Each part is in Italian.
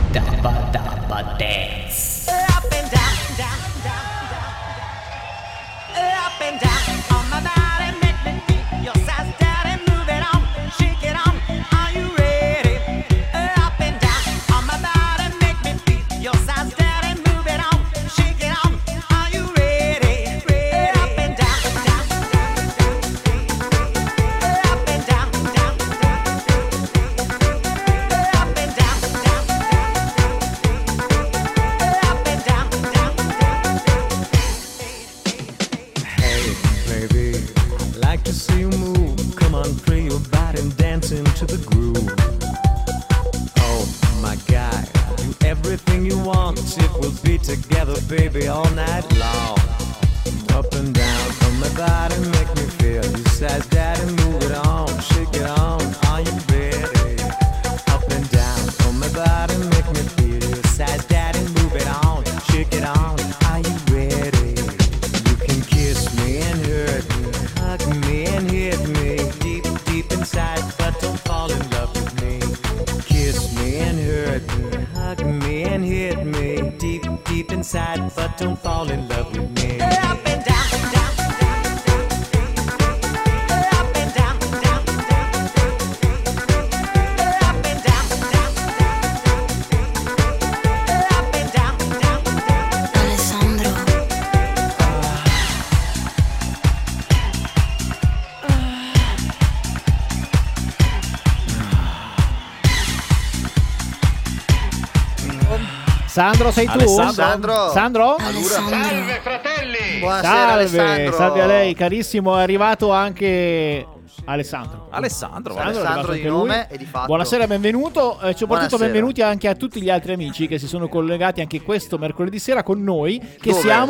Dabba Dabba Dance. Up and down, down, down, down. Up and down on my body, make me feel your size, daddy, move it on, shake it on. Are you ready? Up and down on my body, make me feel your size, daddy, move it on, shake it on. Are you ready? Ready? Up and down, down, down, down. Up and down, down, down. Up and down, down, up and down, down, down. Hey, baby, I'd like to see you move. Come on, free your body and dance into the groove. Oh, my guy, do everything you want. If we'll be together, baby, all night long. Up and down from my body, make me feel. You said, daddy, move it on, shake it on. Are you ready? Up and down from my body, make me feel. You said, daddy, move it on, shake it on. Are you ready? You can kiss me and hurt me, hug me and hit me deep, deep inside, but don't fall in love with me. Kiss me and hurt me, hug me and hit me deep, deep inside, but don't fall in love with me. Up and down, down, down, down. Up and down, down, down. Up and down, down, down. Up and down, down, down. Alessandro. Sandro, sei tu? Alessandro. Sandro? Alessandro. Buonasera Alessandro. Salve a lei, carissimo. È arrivato anche Alessandro. Alessandro È arrivato di anche nome lui. e di fatto. Buonasera, benvenuto. Soprattutto Buonasera. benvenuti anche a tutti gli altri amici che si sono collegati anche questo mercoledì sera con noi. Che Dove? siamo.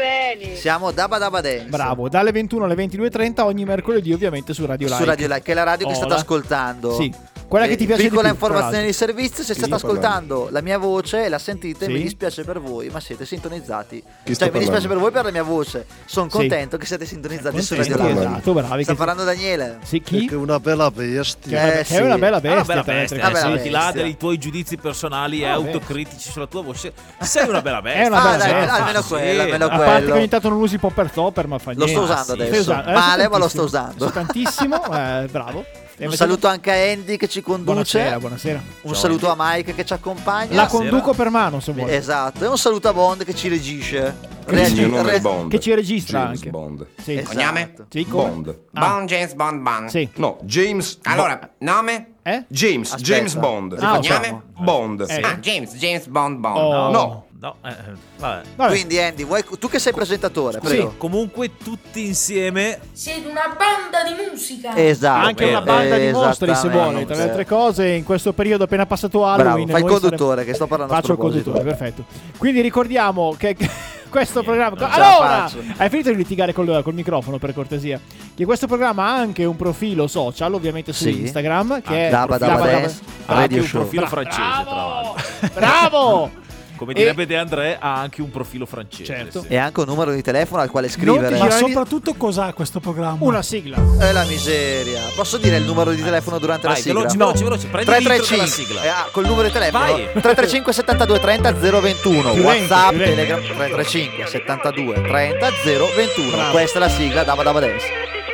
Siamo Dabba Dabba Dance. Bravo, dalle 21 alle 22:30 ogni mercoledì, ovviamente su Radio Like. Su Radio Like, che è la radio che state Hola. ascoltando. Sì, quella che ti piace Piccola di più, tra informazione di l'altro. servizio: se state ascoltando la mia voce e la sentite, Sì. mi dispiace per voi, ma siete sintonizzati. Chi sta Cioè, mi dispiace parlando? per voi per la mia voce. Sono Sì. contento che siete sintonizzati su Contento, Radio Like. esatto, bravi. Sta che- parlando Daniele. Sì, chi? Che è una bella bestia. Che è una bella bestia. Una bella tra le altre bestia, Una bella cose. al di là bestia. dei tuoi giudizi personali e Ah, beh. autocritici sulla tua voce, sei una bella bestia. È una bella dai, bestia. almeno Sì, quello, almeno A parte che quello. ogni tanto non usi popper topper, ma fa Lo niente. sto usando Stai adesso. usando- Male, ma lo tantissimo. sto usando. Tantissimo, bravo. Un saluto anche a Andy che ci conduce. Buonasera, buonasera. Un saluto a Mike che ci accompagna. La conduco per mano, se vuoi. Esatto, e un saluto a Bond che ci regisce. Il mio nome è Bond. Che ci registra James anche. Bond. Sì. Esatto. Cogname? Sì, come? Bond. Bond, James Bond, Bond. Sì. No, James. Allora, nome? James. Aspetta. James Bond. Ah, Cogname? Bond. Ah, James Bond, Bond. Oh. No. No, vabbè. Vabbè. Quindi Andy, tu che sei presentatore, prego. Comunque tutti insieme. Siete una banda di musica. Esatto. Anche una banda di mostri, se vuole. Tra le altre Esattamente. cose, in questo periodo appena passato Halloween. Bravo, fai il noi conduttore, che sto parlando a Faccio il sproposito. conduttore, perfetto. Quindi ricordiamo che questo programma. non ce la Allora, faccio. hai finito di litigare col microfono, per cortesia. Che questo programma ha anche un profilo social, ovviamente su Sì. Instagram. Che è Dabba Dabba Dance Ha anche Radio un Show. profilo francese, tra l'altro. Bravo! Come direbbe De André, ha anche un profilo francese. Certo. sì. E anche un numero di telefono al quale scrivere. Ma soprattutto cos'ha questo programma? Una sigla. È la miseria. Posso dire il numero di telefono durante la Vai, sigla? veloce, prendi l'intro della sigla. Col numero di telefono Vai. 335 72 30 021. Più lento, WhatsApp, più lento. Telegram 335 72 30 021. Bravo. Questa è la sigla Dabba Dabba Dance.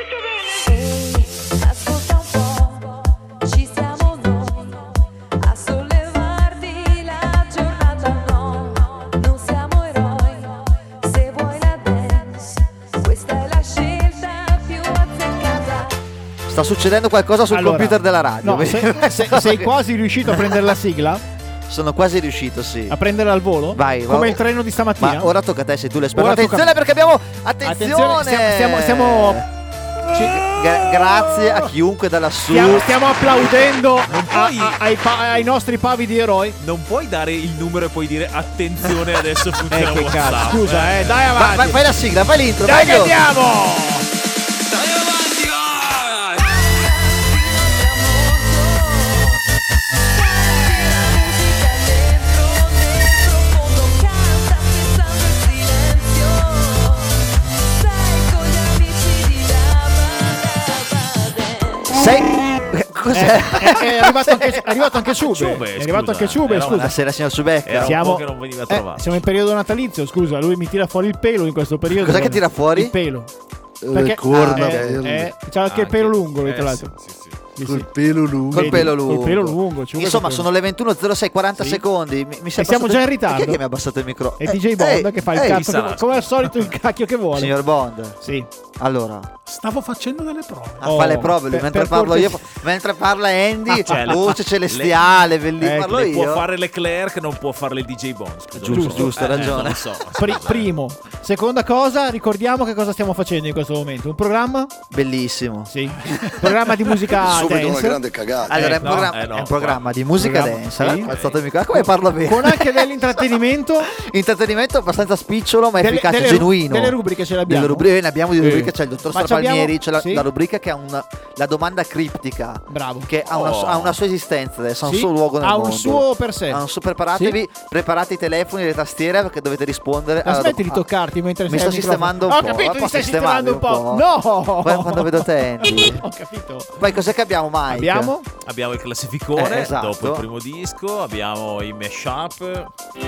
Ascolta un po', ci siamo noi a sollevarti la giornata, no, non siamo eroi, se vuoi la dance, questa è la scelta più azzeccata. Sta succedendo qualcosa sul Allora, computer della radio. No, sei quasi riuscito a prendere la sigla? Sono quasi riuscito, sì. A prenderla al volo? Vai, Come va- il treno di stamattina? Ma ora tocca a te, sei tu l'esperto. Ora tocca a Attenzione me. perché abbiamo. Attenzione! Stiamo Grazie a chiunque da lassù. stiamo applaudendo puoi- ai nostri pavidi eroi. Non puoi dare il numero e poi dire attenzione, adesso funziona Che WhatsApp. cazzo, scusa, dai avanti. Fai la sigla, fai l'intro. Dai che meglio. andiamo! Dai avanti, vai! Sei. Cos'è? è arrivato anche Ciube. È arrivato anche Ciube, scusa. Buonasera signor Ciubecca. Era un Siamo- po' che non veniva trovato. Siamo in periodo natalizio, scusa, lui mi tira fuori il pelo in questo periodo. Cos'è che tira fuori? Il pelo. Le corna, c'ha anche il pelo lungo lui, tra l'altro. Sì. Sì, col sì. pelo lungo. Col pelo lungo. Col pelo lungo. Ciube Insomma, col sono le 21:06, 40 Sì. secondi. Mi si è E siamo abbassato già in il- ritardo. Chi è che mi ha abbassato il microfono? È DJ Bond che fa il cazzo sarà, come al solito il cacchio che vuole. Signor Bond. Sì. Allora, Stavo facendo delle prove. fa le prove lui, per- mentre per parlo cortesia. io, mentre parla Andy, Cioè, luce celestiale, bellissimo. Parlo Le può io. fare Leclerc, non può fare le DJ Bond. Scusa, Giusto, hai ragione. non lo so. Primo. Seconda cosa, ricordiamo che cosa stiamo facendo in questo momento. Un programma? Bellissimo. Sì. Programma di musica Subito una dance. grande cagata. Allora, è un no, programma, no, è un programma di musica Programma, dance. sì. Alzato il microfono. Come parlo bene? Con anche dell'intrattenimento. Intrattenimento abbastanza spicciolo, ma Delle- efficace, delle- genuino. delle rubriche ce le abbiamo. Delle rubriche, ne abbiamo di Sì. rubriche. C'è il dottor Ma Strapalmieri, c'è sì. la rubrica che ha la domanda criptica. Bravo. Che ha una sua esistenza adesso, ha un Sì, suo luogo nel ha mondo. un suo per sé. Ha un suo, preparatevi, preparate i telefoni, le tastiere perché dovete rispondere. Ma smetti di toccarti mentre Mi sei sto al sistemando un microfono. po'. Ho capito, ma ti stai posso sistemando un po'. No! Quando vedo te. Ho capito. Poi cos'è che abbiamo, Mike? Abbiamo? Abbiamo il classificone Esatto. dopo il primo disco, abbiamo i mashup.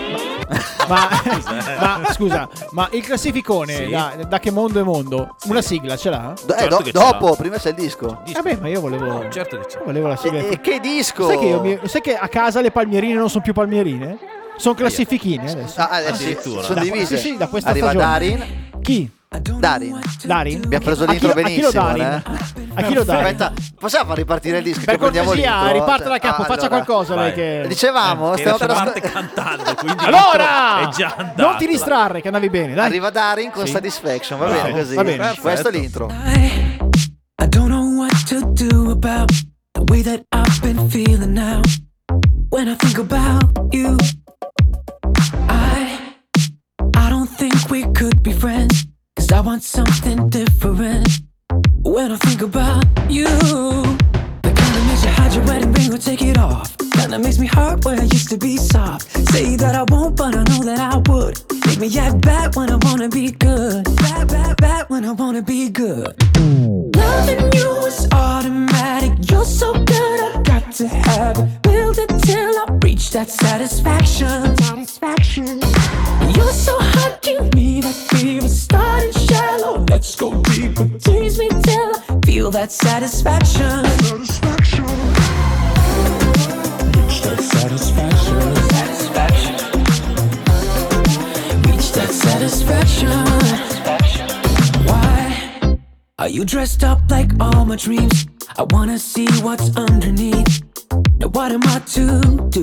Ma scusa, ma il classificone Sì. da che mondo è mondo? Una sigla ce l'ha? Certo che ce dopo, l'ha. prima c'è il disco. Vabbè, ma io volevo. Certo che c'è. Volevo la sigla. E che disco? Sai che a casa le palmierine non sono più palmierine? Sono classifichine adesso. Sì, Addirittura. sono divise. Sì, da questa Arriva stagione. Darin. Chi? Darin. Darin? Abbiamo preso A chi l'intro lo- a chi lo benissimo. Darin? A chi lo Darin? Aspetta, possiamo far ripartire il disco? Per che prendiamo cortesia, l'intro? riparta da capo, faccia qualcosa lei vai. che. Dicevamo, Era stiamo per parte cantando, quindi Allora! è già andato. Non ti distrarre che andavi bene, dai. Arriva Darin con Sì. Satisfaction, va Bravo, bene così. va bene. Perfetto. Questo è l'intro. I don't know what to do about the way that I've been feeling now. When I think about you, I don't think we could be friends, 'cause I want something different. When I think about you, the kind that makes you hide your wedding ring or take it off, kind that makes me hurt where I used to be soft. Say that I won't, but I know that I would. Make me act bad when I wanna be good. Bad when I wanna be good. Loving you is automatic. You're so good, I got to have it. Build it till I reach that satisfaction. You're so hot, give me that fever. Starting shallow, let's go deeper. Tease me till I feel that satisfaction. Reach that satisfaction. Reach that satisfaction. Why are you dressed up like all my dreams? I wanna see what's underneath. Now what am I to do?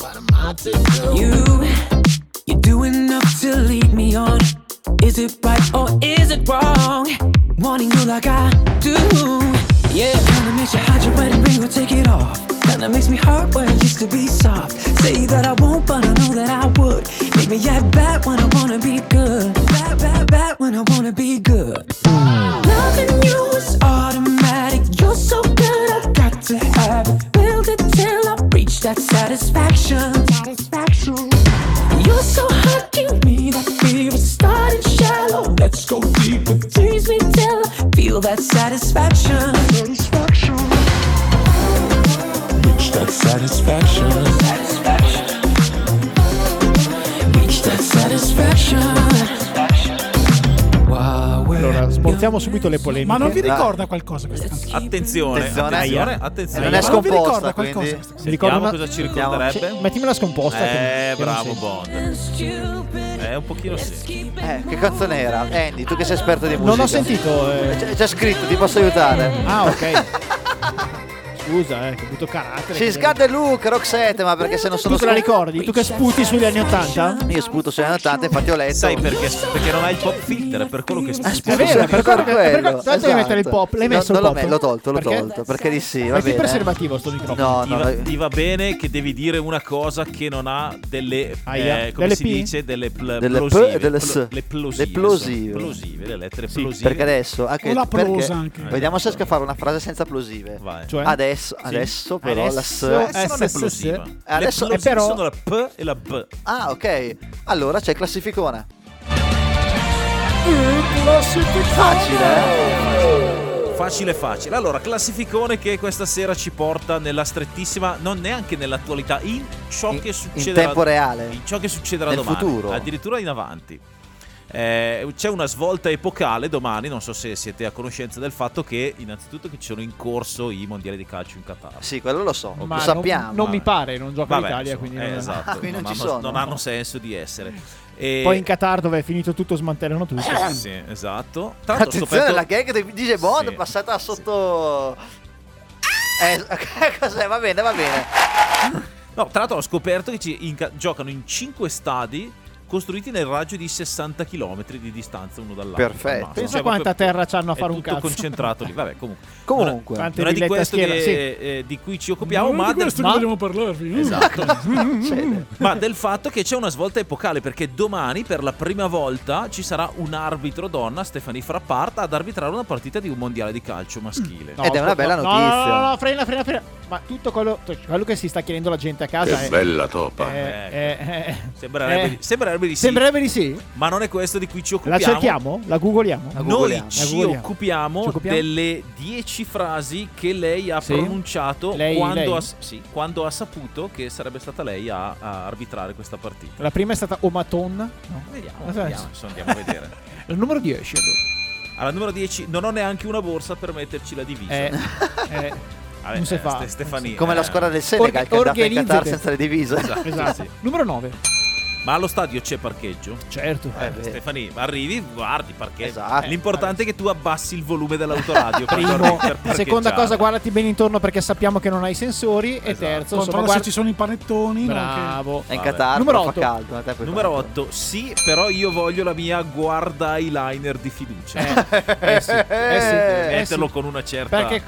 You do enough to lead me on. Is it right or is it wrong? Wanting you like I do. Yeah, kinda makes you hide your wedding ring or take it off. Kinda makes me hurt where it used to be soft. Say that I won't, but I know that I would. Make me act bad when I wanna be good. Bad when I wanna be good. Loving you is automatic. You're so good, I've got to have it. Build it till I reach that satisfaction. You're so hot, give me that fever. Starting shallow, let's go deeper. Tease me till I feel that satisfaction. Reach that satisfaction. Reach that satisfaction. Allora, smontiamo subito le polemiche. Ma non vi ricorda qualcosa questa canzone? Attenzione, attenzione. Non è Ma non vi ricorda scomposta, qualcosa quindi. questa Mi ricordo Sentiamo una- cosa ci ricorderebbe. Mettimela scomposta. che non Bravo sento. Bond. Un pochino sì. Che canzone era? Andy, tu che sei esperto di musica. Non ho sentito. C'è scritto, ti posso aiutare. Ah, ok. Scusa, che butto carattere. She's got the look, Roxette, ma perché se non sono Tu te la ricordi? Tu che sputi sugli anni 80? Io sputo sugli anni 80, infatti ho letto. Sai perché non hai il pop filter, è per quello che Sputo È vero, sempre per quello. Tanto devi mettere il pop. L'hai messo il pop? L'ho tolto, Perché? perché di sì, va Metti il bene. preservativo sto microfono. No, ti va bene che devi dire una cosa che non ha delle Aia. come Delle si P? dice delle Delle plosive, P e delle S. le plosive, Le plosive. plosive, le lettere Sì, plosive. Perché adesso anche O la perché- plosa anche. Vediamo se riesco a fare una frase senza plosive. Vai. Cioè? Adesso però la S. Adesso non è S, plosiva. Adesso- le plosive però- sono la P e la B. Ah, ok. Allora c'è il classificone. Facile, Facile. Allora, classificone che questa sera ci porta nella strettissima, non neanche nell'attualità, in ciò che succederà in tempo reale, in ciò che succederà nel domani, futuro, addirittura in avanti. C'è una svolta epocale domani, non so se siete a conoscenza del fatto che innanzitutto che ci sono in corso i mondiali di calcio in Qatar. Sì, quello lo so, Ma lo sappiamo. non mi pare, non gioca Vabbè, l'Italia, insomma, quindi esatto, quindi non hanno senso di essere. Poi in Qatar, dove è finito tutto, smantellano tutto. Sì, esatto. Tra l'altro ho Attenzione, scoperto la gag dice Bond Sì. passata sotto. Cos'è? Va bene. No, tra l'altro ho scoperto che giocano in 5 stadi costruiti nel raggio di 60 km di distanza uno dall'altro. Perfetto. Pensa quanta terra c'hanno a fare un cazzo. cazzo. Concentrato lì. Vabbè, comunque. Quante Non è di villette a questo schiera, di cui ci occupiamo, Non ma di questo che vogliamo parlarvi. Esatto. Ma del fatto che c'è una svolta epocale, perché domani per la prima volta ci sarà un arbitro donna, Stephanie Frappart, ad arbitrare una partita di un mondiale di calcio maschile. Ed è una bella notizia. No, frena. Ma tutto quello che si sta chiedendo la gente a casa è bella topa. Sembrerebbe di sì. Sembrerebbe di sì. Ma non è questo di cui ci occupiamo. La cerchiamo? La googoliamo? Noi ci occupiamo delle 10 frasi che lei ha pronunciato quando ha saputo che sarebbe stata lei a arbitrare questa partita. La prima è stata Omaton. No. Vediamo, andiamo a vedere. Il numero 10 Alla numero 10 non ho neanche una borsa per metterci la divisa. Non si fa. Stefania. Come la squadra del Senegal che è andata in Qatar senza le divise. Esatto. Sì. Numero 9. Ma allo stadio c'è parcheggio? Certo. Stefania, arrivi, guardi parcheggio. Esatto. L'importante è che tu abbassi il volume dell'autoradio. Primo. Seconda cosa, guardati bene intorno perché sappiamo che non hai sensori. E terzo, controlla se ci sono i panettoni. Bravo. È in Qatar. Numero 8. Fa caldo. Numero 8. Sì, però io voglio la mia guarda eyeliner di fiducia. Metterlo con una certa. Perché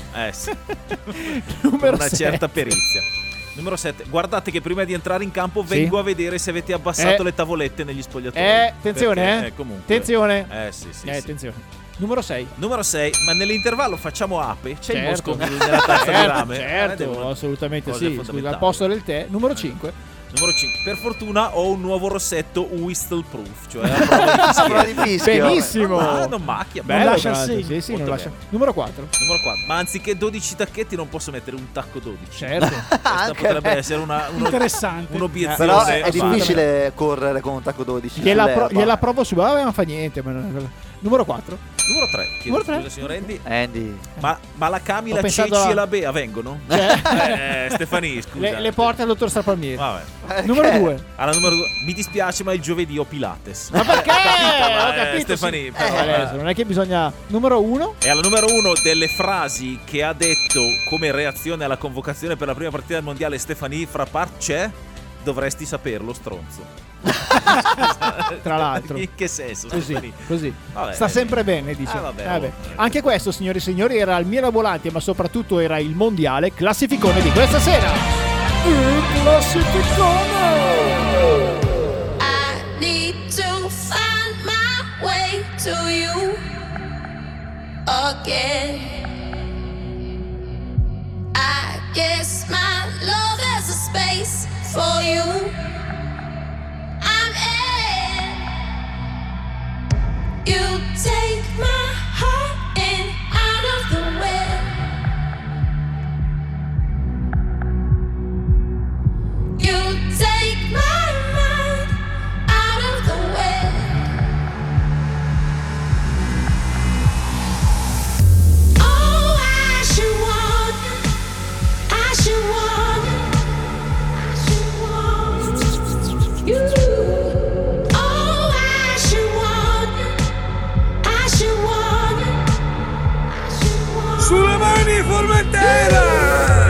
con una certa perizia. Numero 7. Guardate che prima di entrare in campo vengo a vedere se avete abbassato le tavolette negli spogliatoi. Attenzione, perché, comunque. Attenzione. Sì. Attenzione. Numero 6. Numero 6. Ma nell'intervallo facciamo ape? C'è il Moscow nella tazza di rame? Certo, assolutamente sì. Scusa, al posto del tè. Numero 5. Numero 5. Per fortuna ho un nuovo rossetto whistle proof, cioè a prova di fischio. Benissimo. Non macchia. Non lascia segno. Sì, non lascia. Numero 4. Ma anziché 12 tacchetti non posso mettere un tacco 12. Certo. Questa potrebbe essere interessante. un'obiezione. Però è difficile correre con un tacco 12. Gliela provo su. Vabbè, non fa niente. Numero 4. Numero 3. Numero 3. Scusa, signor Andy. Ma la Camila, Ceci e la Bea vengono? Stefania, scusa. Le porta al dottor Strapalmieri. Vabbè. Numero 2. Alla numero 2. Mi dispiace, ma il giovedì ho Pilates. Ma perché? Ho capito, Stefania. Stefania. Adesso non è che bisogna. Numero 1. E alla numero 1 delle frasi che ha detto come reazione alla convocazione per la prima partita del mondiale Stephanie Frappart c'è: dovresti saperlo, stronzo. Tra l'altro. In che senso? Così. Vabbè, sta sempre bene, dice. Vabbè. Anche questo, signori e signori, era il Mirabolante, ma soprattutto era il mondiale classificone di questa sera. Il classificone. I need to find my way to you again. I guess my love has a space for you. I'm in. You take my heart in out of the way. You take my mind out of the way. Oh, I should want you. Oh, I should want Sulle mani, Formentera!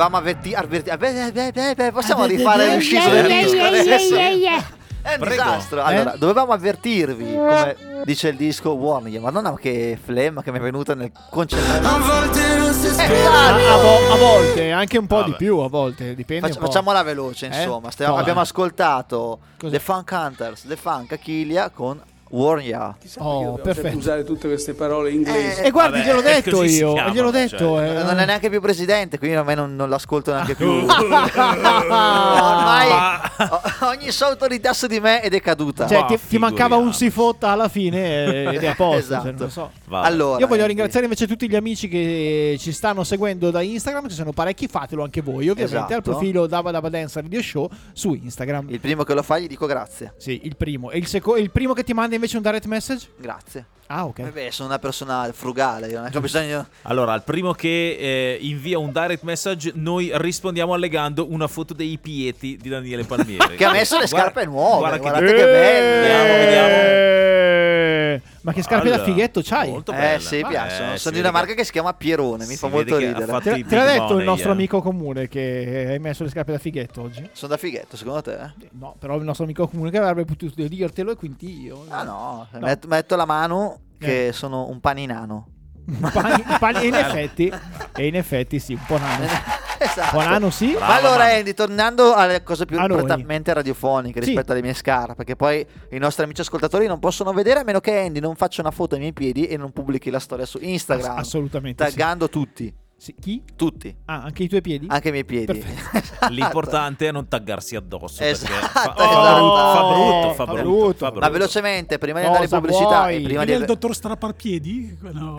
dovevamo possiamo rifare l'uscita del disco adesso? È un disastro. Allora, dovevamo avvertirvi, come dice il disco, warning. Madonna, che flemma che mi è venuta nel concentrare. A volte, anche un po' di più, a volte, dipende un po'. Facciamola veloce, insomma. Abbiamo ascoltato The Funk Hunters, The Funk Achillia con Warrior. Perfetto. Usare tutte queste parole inglesi. E guardi, gliel'ho detto io. Gliel'ho detto. Non è neanche più presidente, quindi a me non l'ascolto neanche più. Ormai ogni sua autorità su di me è decaduta. Cioè, ti mancava un si fotta alla fine ed è a posto. Esatto. Non so. Allora, io voglio ringraziare invece tutti gli amici che ci stanno seguendo da Instagram, che sono parecchi, fatelo anche voi, ovviamente, al profilo Dabba Dabba Dance Radio Show su Instagram. Il primo che lo fa gli dico grazie. Sì, il primo. E il primo che ti manda invece un direct message? Grazie. Ah, ok. Beh, sono una persona frugale, io non ho bisogno. Allora, al primo che invia un direct message, noi rispondiamo allegando una foto dei piedi di Daniele Palmieri. Che ha messo le scarpe nuove. Guardate che belle. Vediamo. Ma che scarpe da fighetto c'hai? Molto belle. Sì, piacciono. Sono di una marca che si chiama Pierone. Mi fa molto ridere. Te l'ha detto il nostro amico comune che hai messo le scarpe da fighetto oggi? Sono da fighetto, secondo te? No, però il nostro amico comune che avrebbe potuto dirtelo e quindi io. Ah no. Metto la mano che sono un paninano. E in effetti sì, un po' nano. Esatto. Un po' nano sì. Ma allora Andy, tornando alle cose più prettamente radiofoniche rispetto alle mie scarpe, perché poi i nostri amici ascoltatori non possono vedere a meno che Andy non faccia una foto ai miei piedi e non pubblichi la storia su Instagram. Assolutamente. Taggando tutti. Sì. Chi? Tutti. Ah, anche i tuoi piedi? Anche i miei piedi. Esatto. L'importante è non taggarsi addosso. Esatto. Fa brutto. Ma velocemente, prima di andare in pubblicità e prima di il dottor Strapparpiedi? No.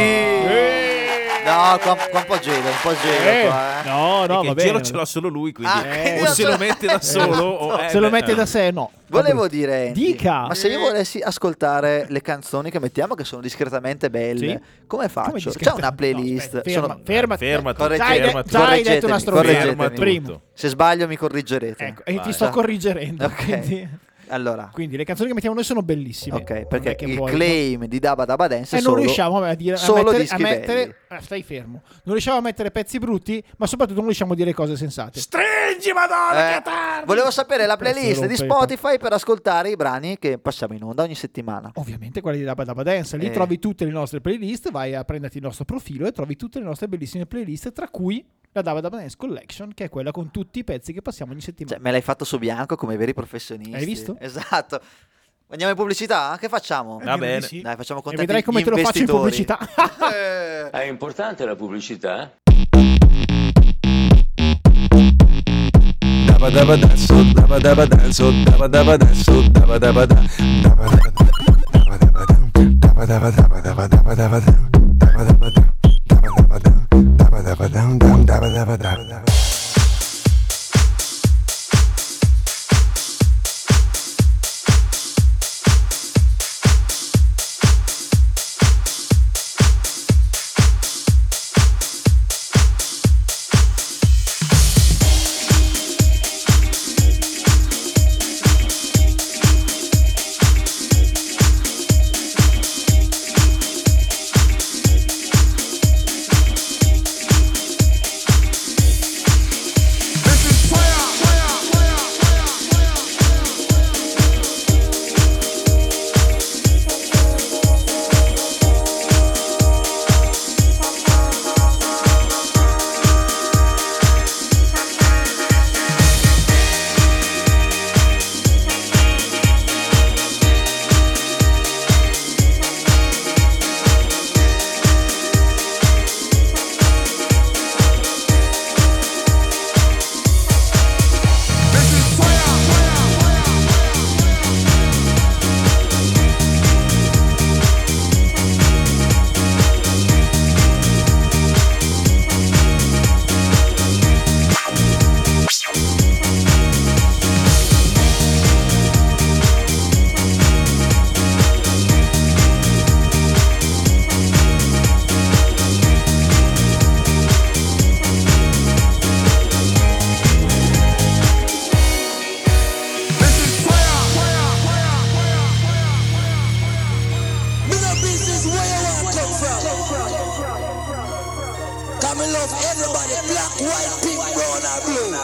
No, qua un po' gelo, qua. No, va bene. Il gelo ce l'ha solo lui, quindi o io se lo mette da solo o se lo mette da sé, no. Volevo dire, Andy, dica. ma se io volessi ascoltare le canzoni che mettiamo, che sono discretamente belle, come faccio? C'è una playlist. Fermati. Già hai detto una strofa. Primo. Se sbaglio mi corrigerete. Ecco, e ti sto corrigerendo. Allora, quindi le canzoni che mettiamo noi sono bellissime. Ok, perché il claim di Dabba Dabba Dance è non riusciamo a mettere stai fermo. Non riusciamo a mettere pezzi brutti, ma soprattutto non riusciamo a dire cose sensate. Stringi, madonna, che tardi! Volevo sapere la playlist di Spotify per ascoltare i brani che passiamo in onda ogni settimana. Ovviamente quella di Dabba Dabba Dance. Lì trovi tutte le nostre playlist, vai a prenderti il nostro profilo e trovi tutte le nostre bellissime playlist, tra cui la Dabba Dabba Dance Collection, che è quella con tutti i pezzi che passiamo ogni settimana. Cioè, me l'hai fatto su bianco come veri professionisti. Hai visto? Esatto. Andiamo in pubblicità? Che facciamo? Va bene. Sì. Dai, facciamo contenti. E vedrai come te lo faccio in pubblicità. È importante la pubblicità? Dabba dabba danzo, dabba dabba danzo, dabba dabba danzo, dabba dabba da, dabba dabba dabba dabba dabba dabba dabba dabba dabba dabba dabba dabba da. Come love everybody, black, white, pink,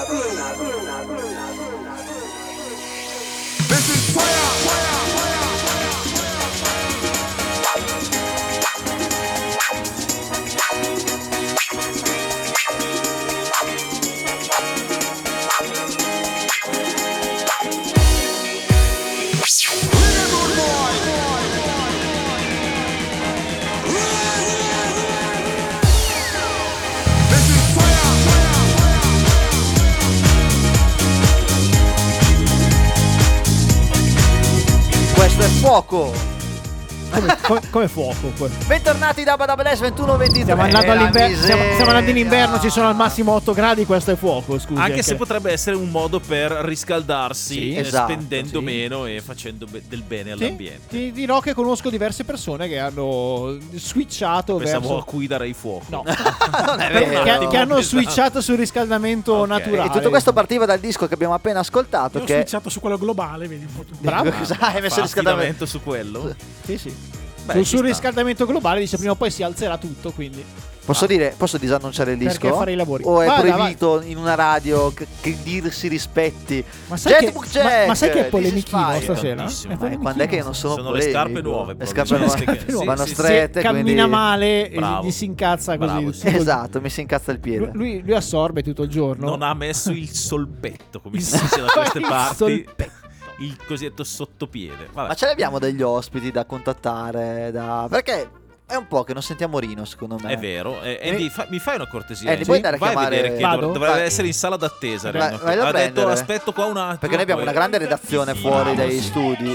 Questo è fuoco. Come fuoco. Bentornati da Badabades 21-23. Stiamo andando in inverno, ci sono al massimo 8 gradi, questo è fuoco, scusi. Anche se potrebbe essere un modo per riscaldarsi, esatto, spendendo meno e facendo del bene all'ambiente. Ti dirò che conosco diverse persone che hanno switchato Pensavo verso... a cui darei fuoco. No. Non è vero. Che hanno switchato sul riscaldamento naturale. E tutto questo partiva dal disco che abbiamo appena ascoltato. Io ho che switchato su quello globale, vedi un po' tu. Bravo. Hai messo il riscaldamento su quello? Sì. Beh, sul riscaldamento globale dice prima o poi si alzerà tutto, quindi posso disannunciare il disco? Perché fare i lavori? O è Vada, proibito in una radio che dirsi rispetti? Ma sai che è polemichino stasera? Ma quando è che io non sono polemico? Le scarpe nuove. Le scarpe nuove vanno strette. Se cammina male bravo. gli si incazza così. Bravo, sì. Esatto, mi si incazza il piede. Lui assorbe tutto il giorno. Non ha messo il solpetto, come si dice da queste parti. Il cosiddetto sottopiede. Vabbè. Ma ce l'abbiamo degli ospiti da contattare? Perché è un po' che non sentiamo Rino, secondo me. È vero. Andy, mi fai una cortesia? Puoi andare a vai chiamare... a vedere che dovrebbe essere in sala d'attesa. Ha detto aspetto qua un attimo. Perché noi abbiamo una grande redazione fuori dai studi.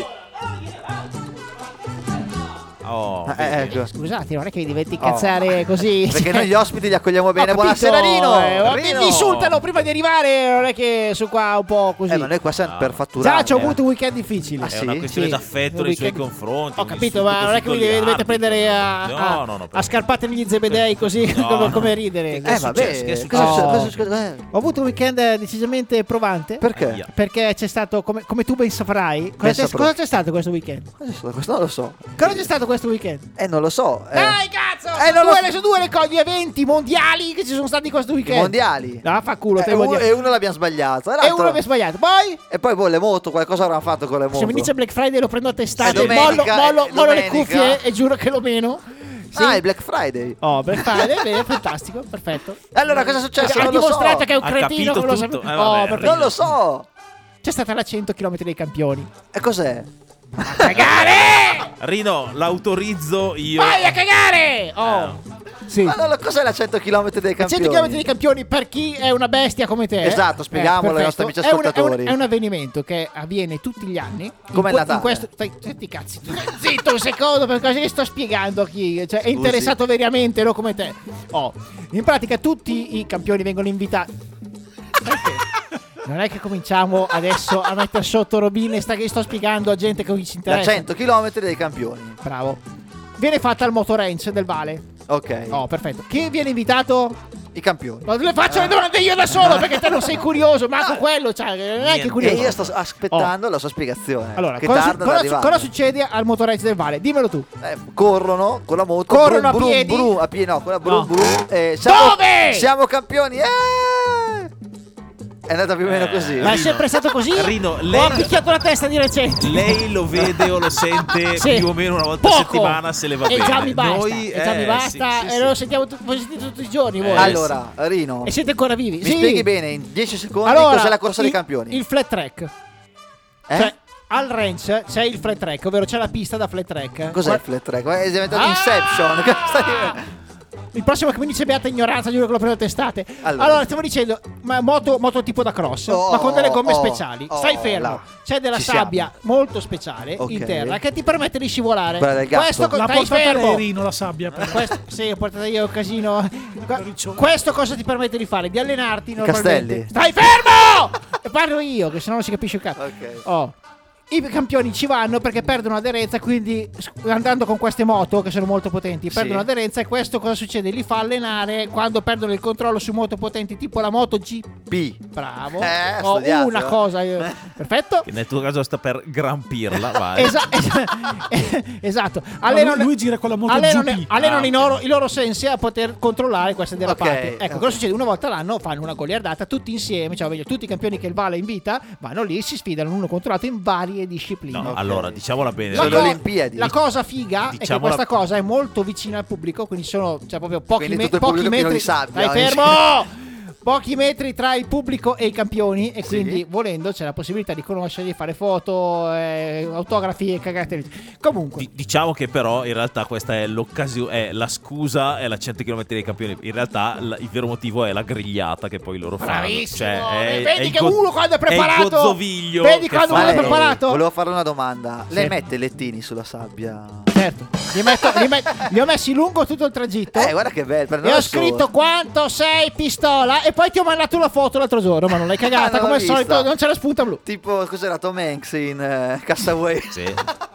Ecco. Scusate, non è che vi dovete incazzare così. Perché noi gli ospiti li accogliamo bene. Buonasera Rino. Mi insultano prima di arrivare. Non è che su qua un po' così. Ma noi qua siamo per fatturare. Già, ci ho avuto un weekend difficile. È una questione d'affetto nei suoi confronti. Ho capito, ma non è che vi dovete prendere a scarpate negli zebedei così come ridere. Vabbè. Ho avuto un weekend decisamente provante. Perché? Perché c'è stato, come tu ben saprai. Cosa c'è stato questo weekend? Questo non lo so. Cosa c'è stato questo weekend? Non lo so. Dai cazzo! Sono due gli eventi mondiali che ci sono stati questo weekend. Mondiali? No, fa culo. E uno l'abbiamo sbagliato. E uno l'abbiamo sbagliato. Poi? E poi le moto, qualcosa avranno fatto con le moto. Se mi dice Black Friday lo prendo a testate. Mollo le cuffie e giuro che lo meno. Sì. Il Black Friday. Black Friday, bene, fantastico, perfetto. Allora cosa è successo? Ha dimostrato che è un cretino che lo tutto. Non lo so. C'è stata la 100 km dei campioni. E cos'è? A cagare! Rino, l'autorizzo io. Vai a cagare! Sì. Ma cos'è la 100 km dei campioni? 100 km dei campioni per chi è una bestia come te. Esatto, spieghiamolo ai nostri amici ascoltatori. È un avvenimento che avviene tutti gli anni. Come il Natale. Senti cazzi. Zitto un secondo, perché così sto spiegando a chi è interessato veramente, no come te. In pratica tutti i campioni vengono invitati. Non è che cominciamo adesso a mettere sotto robine che sto spiegando a gente che ci interessa. La 100 km dei campioni. Bravo. Viene fatta al Motorange del Vale. Ok. Perfetto. Chi viene invitato? I campioni. Ma le faccio le domande io da solo perché te non sei curioso, manco quello, non è che curioso. E io sto aspettando la sua spiegazione. Allora, cosa succede al Motorange del Vale? Dimmelo tu. Corrono con la moto. Corrono a piedi. A piedi no, con la brum. Dove? Siamo campioni. È andata più o meno così. Ma è sempre stato così? Rino, ho picchiato la testa di recente. Lei lo vede o lo sente più o meno una volta a settimana, se le va bene. E già mi basta. E lo sentiamo tutti i giorni voi. Allora, Rino. E siete ancora vivi? Mi spieghi bene in 10 secondi cos'è la corsa dei campioni? Il flat track. Cioè, al ranch c'è il flat track, ovvero c'è la pista da flat track. Cos'è il flat track? È diventato Inception. Il prossimo che mi dice beata ignoranza, giuro che lo prendo a testate. Allora stiamo dicendo moto tipo da cross, ma con delle gomme speciali. Stai fermo. C'è della sabbia molto speciale in terra che ti permette di scivolare. L'ha portata lei Rino la sabbia. Sì, ho portato io un casino. Questo cosa ti permette di fare? Di allenarti normalmente. Castelli. Stai fermo! E parlo io, che sennò non si capisce il cazzo. I campioni ci vanno perché perdono aderenza, quindi andando con queste moto che sono molto potenti perdono aderenza, e questo cosa succede? Li fa allenare quando perdono il controllo su moto potenti tipo la Moto GP. Bravo. Una cosa perfetto. Che nel tuo caso sta per grampirla, vai. Esatto. Lui gira con la Moto GP. Allenano i loro sensi a poter controllare queste derapate. Cosa succede? Una volta l'anno fanno una goliardata tutti insieme, cioè tutti i campioni che il Vale invita vanno lì, si sfidano uno contro l'altro in varie discipline. No, allora diciamola bene. Sono le Olimpiadi. La cosa figa è che questa cosa è molto vicina al pubblico, quindi sono proprio pochi metri. Dai, fermo! Pochi metri tra il pubblico e i campioni, e quindi volendo c'è la possibilità di conoscerli, fare foto, autografi e cagate. Comunque diciamo che però in realtà questa è l'occasione, è la scusa, è la 100 km dei campioni. In realtà il vero motivo è la grigliata che poi loro fanno. Cioè, vedi che uno quando è preparato, è il gozzoviglio. Vedi quando uno è preparato. Volevo fare una domanda. Lei mette lettini sulla sabbia? Certo. Li ho messi lungo tutto il tragitto. Guarda che bello. E ho scritto quanto sei pistola, e poi ti ho mandato una foto l'altro giorno, ma non l'hai cagata come al solito, non c'è la spunta blu. Tipo cos'era Tom Hanks in Castaway? Sì.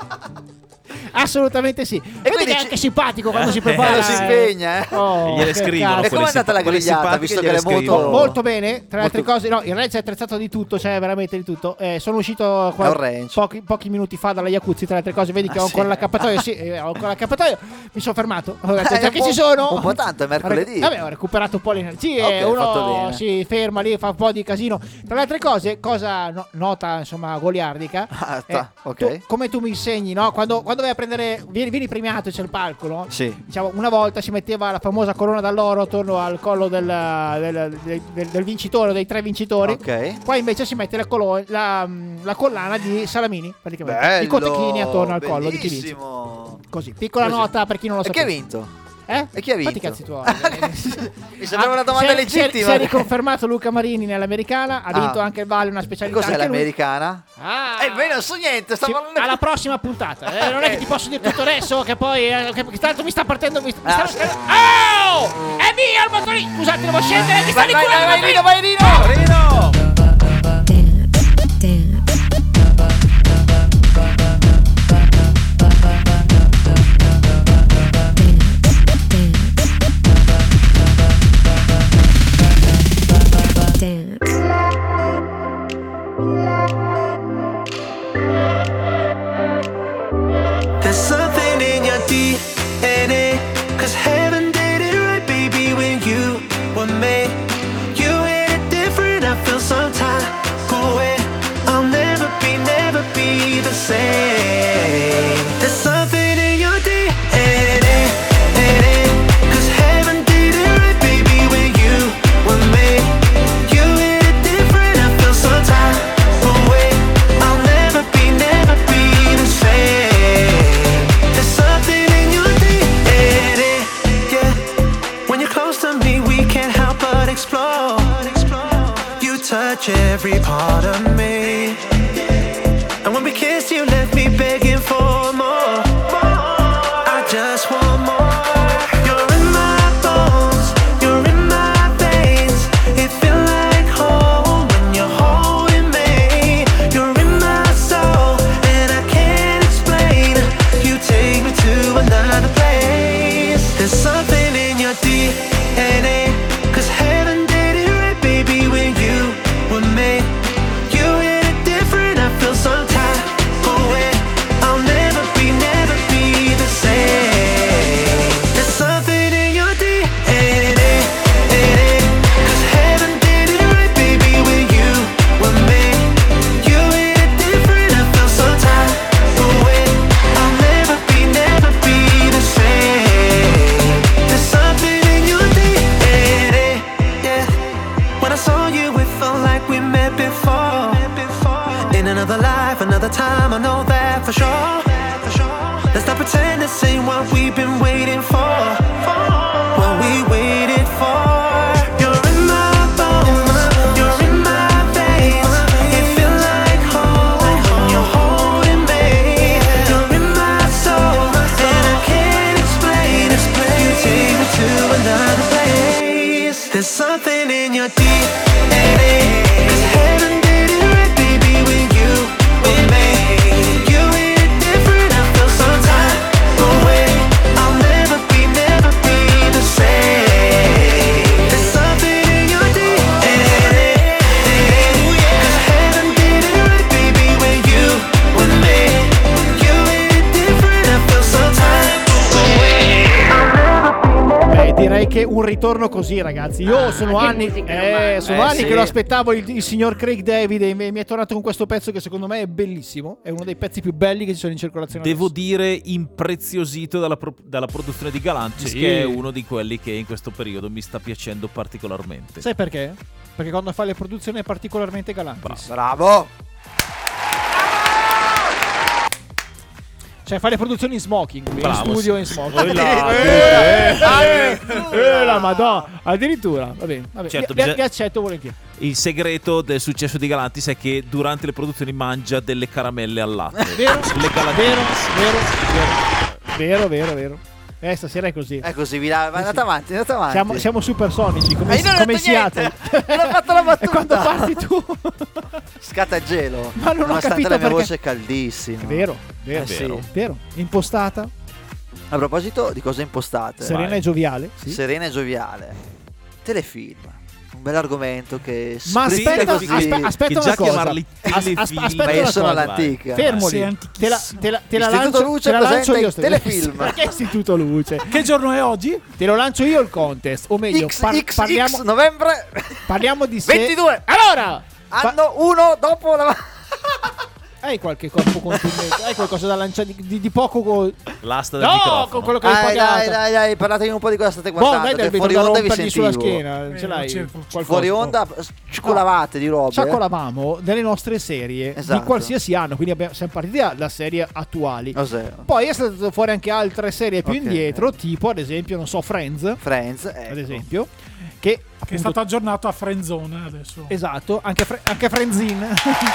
Assolutamente sì. E quindi è anche simpatico quando si prepara. Si impegna, e gliele scrivono. E come è andata la grigliata, visto che le moto molto bene. Tra le altre cose, il range è attrezzato di tutto, cioè veramente di tutto. Sono uscito pochi minuti fa dalla Jacuzzi. Tra le altre cose, vedi che ho ancora l'accappatoio. Ho ancora l'accappatoio. Mi sono fermato. Ho detto, già che ci sono, un po' tanto, è mercoledì. Vabbè, ho recuperato un po' le energie. Uno si ferma lì, fa un po' di casino. Tra le altre cose, cosa nota insomma goliardica. Come tu mi insegni, no? Quando vai a prendere, vieni premiato, c'è il palco, no? Sì. Diciamo, una volta si metteva la famosa corona d'alloro attorno al collo del vincitore, dei 3 vincitori. Qua invece si mette la collana di salamini, praticamente. Bello, i cotechini attorno al collo di chi vince. Così, piccola nota per chi non lo sa. E chi ha vinto? E chi ha vinto? Fatti i cazzi tuoi. Mi sembrava una domanda legittima. Si è riconfermato Luca Marini nell'americana. Ha vinto anche il Vale una specialità. Cos'è l'americana? Beh, non so niente. Alla prossima puntata. Non è che ti posso dire tutto adesso, che poi che tanto mi sta partendo. Oh! È via il motorino. Scusate, devo scendere. Mi sta riculando. Vai Rino. There's something in your DNA, 'cause heaven did it right, baby, when you were made. You hit it different, I feel some time away. I'll never be the same. There's something in your DNA, 'cause heaven did it right, baby, when you were made. You hit it different, I feel some time away. I'll never be the same. There's something in your DNA, yeah. When you're close to me, we can't help but explore. You touch every part of me, and when we kiss, you left me begging for more. I just want more. You're in my bones, you're in my veins. It feels like home when you're holding me. You're in my soul, and I can't explain. You take me to another place. There's something in your DNA, 'cause heaven did it right, baby, when you were made. You hit it different, I feel some time away. I'll never be the same. There's something in your DNA, 'cause heaven did it right, baby, when you were made. You hit it different, I feel some time away. I'll never be the same. There's something in your DNA, yeah. When I saw you, it felt like we met before. In another life, another time, I know that for sure. Let's not pretend this ain't what we've been waiting for. What we waited for. You're in my bones, you're in my veins. It feels like home when you're holding me. You're in my soul, and I can't explain. You take me to another place. There's something in your DNA, 'cause heaven did it right, baby, when you were made. anche un ritorno così, ragazzi. Io sono anni che lo aspettavo il signor Craig David e mi è tornato con questo pezzo che secondo me è bellissimo. È uno dei pezzi più belli che ci sono in circolazione. Devo dire impreziosito dalla produzione di Galantis, che è uno di quelli che in questo periodo mi sta piacendo particolarmente. Sai perché? Perché quando fa le produzioni è particolarmente Galantis. Bravo! Cioè fa le produzioni in smoking, in Bravo, studio sì. in smoking. La madonna, addirittura. Va bene. Certo, vi accetto volentieri. Il segreto del successo di Galantis è che durante le produzioni mangia delle caramelle al latte. Vero? Le Galantis. Vero. Stasera è così. È così, va andate avanti, andate avanti. Siamo supersonici, come come Seattle. Non ho fatto la battuta. E quando parti tu scatta il gelo. Ma non ho Nonostante capito la mia perché. voce è caldissima. Vero. Sì. Vero. Impostata. A proposito di cose impostate. Serena e gioviale. Sì. Serena e gioviale. Telefilm. Un bel argomento che ma aspetta una cosa. Ma io sono all'antica. Fermoli. Te la Istituto Luce lancio io. Telefilm. Perché Istituto Luce? Che giorno è oggi? Te lo lancio io il contest. O meglio, parliamo novembre. Parliamo di 22. Allora, anno 1 dopo la. Hai qualche corpo contundente? Hai qualcosa da lanciare di poco l'asta del microfono? Con quello che hai pagato. Dai, parlatevi un po' di cosa state guardando. Dai, fuori onda vi sentivo sulla schiena. Ce l'hai? Fuori onda cicolavate di robe. Ciacolavamo delle nostre serie di qualsiasi anno. Quindi siamo partiti da serie attuali. Poi è stato fuori anche altre serie più indietro, tipo ad esempio, non so, Friends, ecco. ad esempio, che è stato aggiornato a Friendzone adesso. Esatto, anche Friendzine.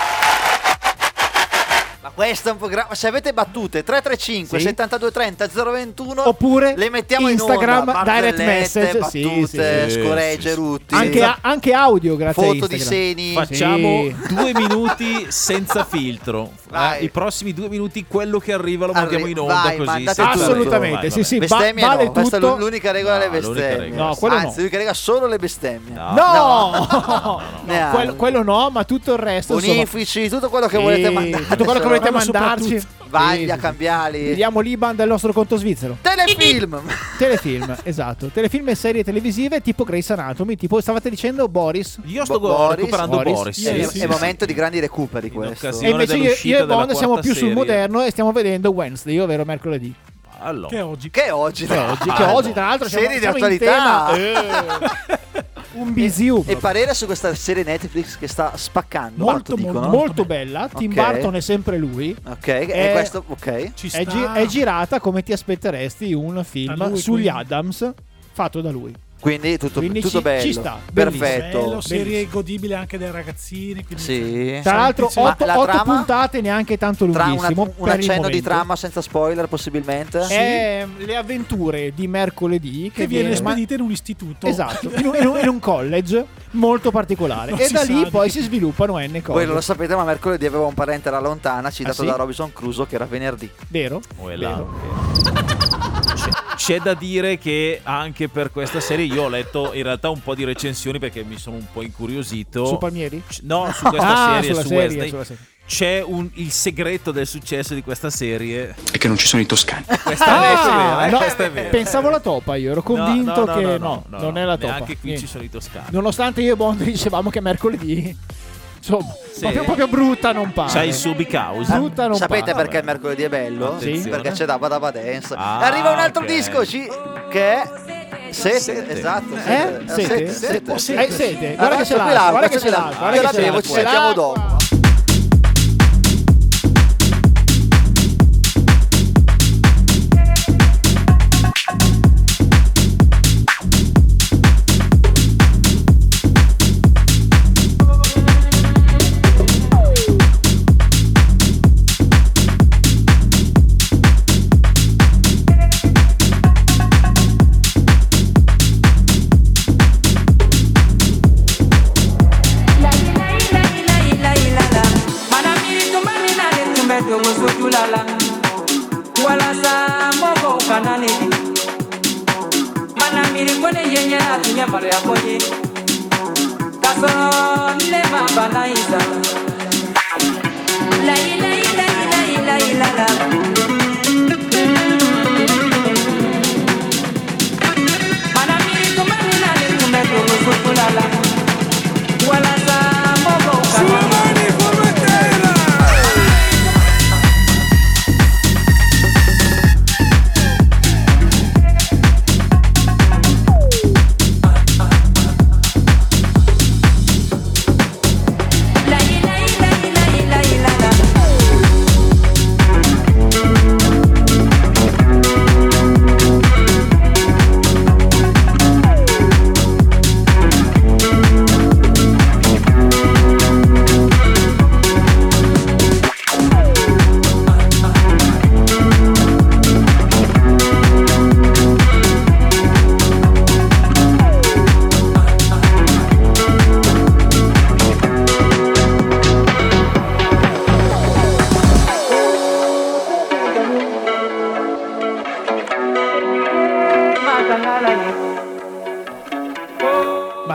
Ma questo è un programma. Se avete battute 335 7230 021 oppure le mettiamo Instagram, in onda. direct message, battute, scoregge, rutti. Anche audio, grazie foto a Instagram. di seni. Facciamo 2 minuti senza filtro. I prossimi 2 minuti quello che arriva lo mandiamo in onda. Così assolutamente. Sì, bestemmie vale no. Questa è l'unica regola delle bestemmie. No, quello anzi, l'unica regola solo le bestemmie. No. Quello no, ma tutto il resto. Bonifici, tutto quello che volete mandare. Tutto quello che volete mandarci. Vaglia, cambiali. Vediamo l'IBAN del nostro conto svizzero. Telefilm, esatto. Telefilm e serie televisive tipo Grey's Anatomy. Tipo stavate dicendo Boris. Io sto recuperando Boris. È momento di grandi recuperi questo. E invece io e Bond siamo più sul moderno e stiamo vedendo Wednesday, ovvero mercoledì. Allora. Che oggi tra l'altro serie di attualità. Un bisiu. E parere su questa serie Netflix che sta spaccando? Molto bella. Tim Burton è sempre lui. E questo è girata come ti aspetteresti un film sugli Addams fatto da lui. Quindi tutto bello. Ci sta. Perfetto. Bello, serie godibile anche dai ragazzini. Sì. Tra l'altro 8 puntate, neanche tanto lunghissimo. Un accenno di trama senza spoiler possibilmente. Le avventure di mercoledì che viene spedita in un istituto. Esatto, in un college molto particolare. E da lì poi si sviluppano N cose. Voi non lo sapete, ma mercoledì aveva un parente alla lontana citato da Robinson Crusoe che era venerdì. Vero? C'è da dire che anche per questa serie io ho letto in realtà un po' di recensioni perché mi sono un po' incuriosito. Su Palmieri? No, su questa serie, su Wednesday. C'è il segreto del successo di questa serie è che non ci sono i toscani. Questa è vera. Pensavo la topa, io ero convinto che non è la topa. Neanche qui ci sono i toscani. Nonostante io e Bond dicevamo che mercoledì, insomma, proprio brutta non pare. C'hai il suo big house. Brutta non sapete pare. perché il mercoledì è bello? Attenzione. Perché c'è Dabba Dabba Dance. Arriva un altro disco che è Sete. Esatto. Sete. Guarda che ce l'ha. Ci sentiamo dopo. Mana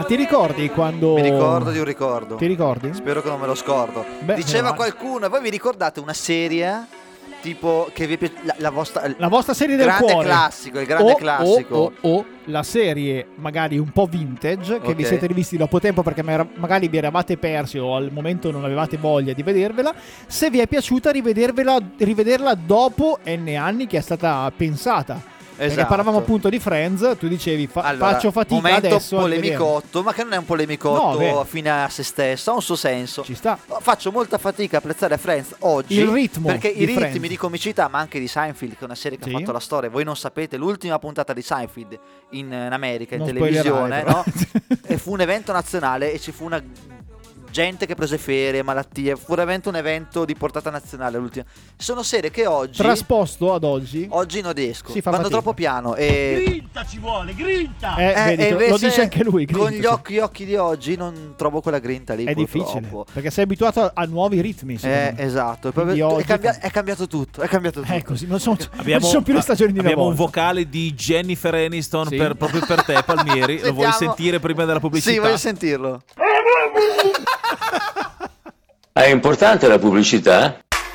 ti ricordi quando... Mi ricordo di un ricordo. Ti ricordi? Spero che non me lo scordo. Beh, Diceva meno male. qualcuno, e voi vi ricordate una serie tipo che vi è piaciuta, la vostra serie del grande cuore, classico, il grande classico, o la serie magari un po' vintage che vi Ok. siete rivisti dopo tempo perché magari vi eravate persi o al momento non avevate voglia di vedervela. Se vi è piaciuta rivederla dopo N anni che è stata pensata. Perché Esatto. parlavamo appunto di Friends, tu dicevi faccio fatica momento adesso a polemicotto, ma che non è un polemicotto No, beh. fine a se stesso, ha un suo senso. Ci sta. Faccio molta fatica a apprezzare Friends oggi, Il ritmo perché di i ritmi Friends. di comicità, ma anche di Seinfeld, che è una serie che Sì. ha fatto la storia. Voi non sapete, l'ultima puntata di Seinfeld in America, in Non televisione, spoilerai, no? E fu un evento nazionale e ci fu una gente che prese ferie, malattie, fu veramente un evento di portata nazionale l'ultima. Sono serie che oggi trasposto ad oggi non riesco, si fa vanno fatica. troppo piano e Grinta ci vuole, grinta! Vedi, e lo invece dice anche lui, con grinta, gli occhi di oggi non trovo quella grinta lì, è purtroppo. difficile perché sei abituato a nuovi ritmi, secondo me. Esatto, Quindi oggi è cambiato tutto, è cambiato tutto. è così, non sono più le stagioni di una Abbiamo un volta. vocale di Jennifer Aniston Sì. proprio per te, Palmieri. Lo vuoi Sentiamo. sentire prima della pubblicità? Sì, voglio sentirlo. È importante la pubblicità?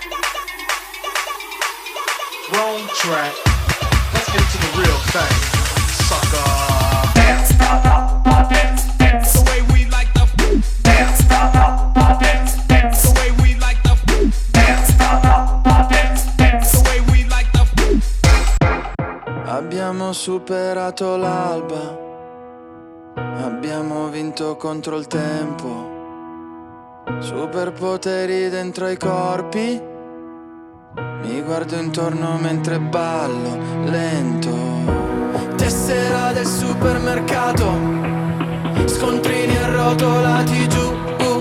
Wrong track. Let's get to the real thing. Sucker. Dance, dance, dance. The way we like the dance, dance, dance. The way we like the dance, dance, dance. The way we like the. Abbiamo superato l'alba. Abbiamo vinto contro il tempo. Superpoteri dentro i corpi. Mi guardo intorno mentre ballo lento. Tessera del supermercato. Scontrini arrotolati giù.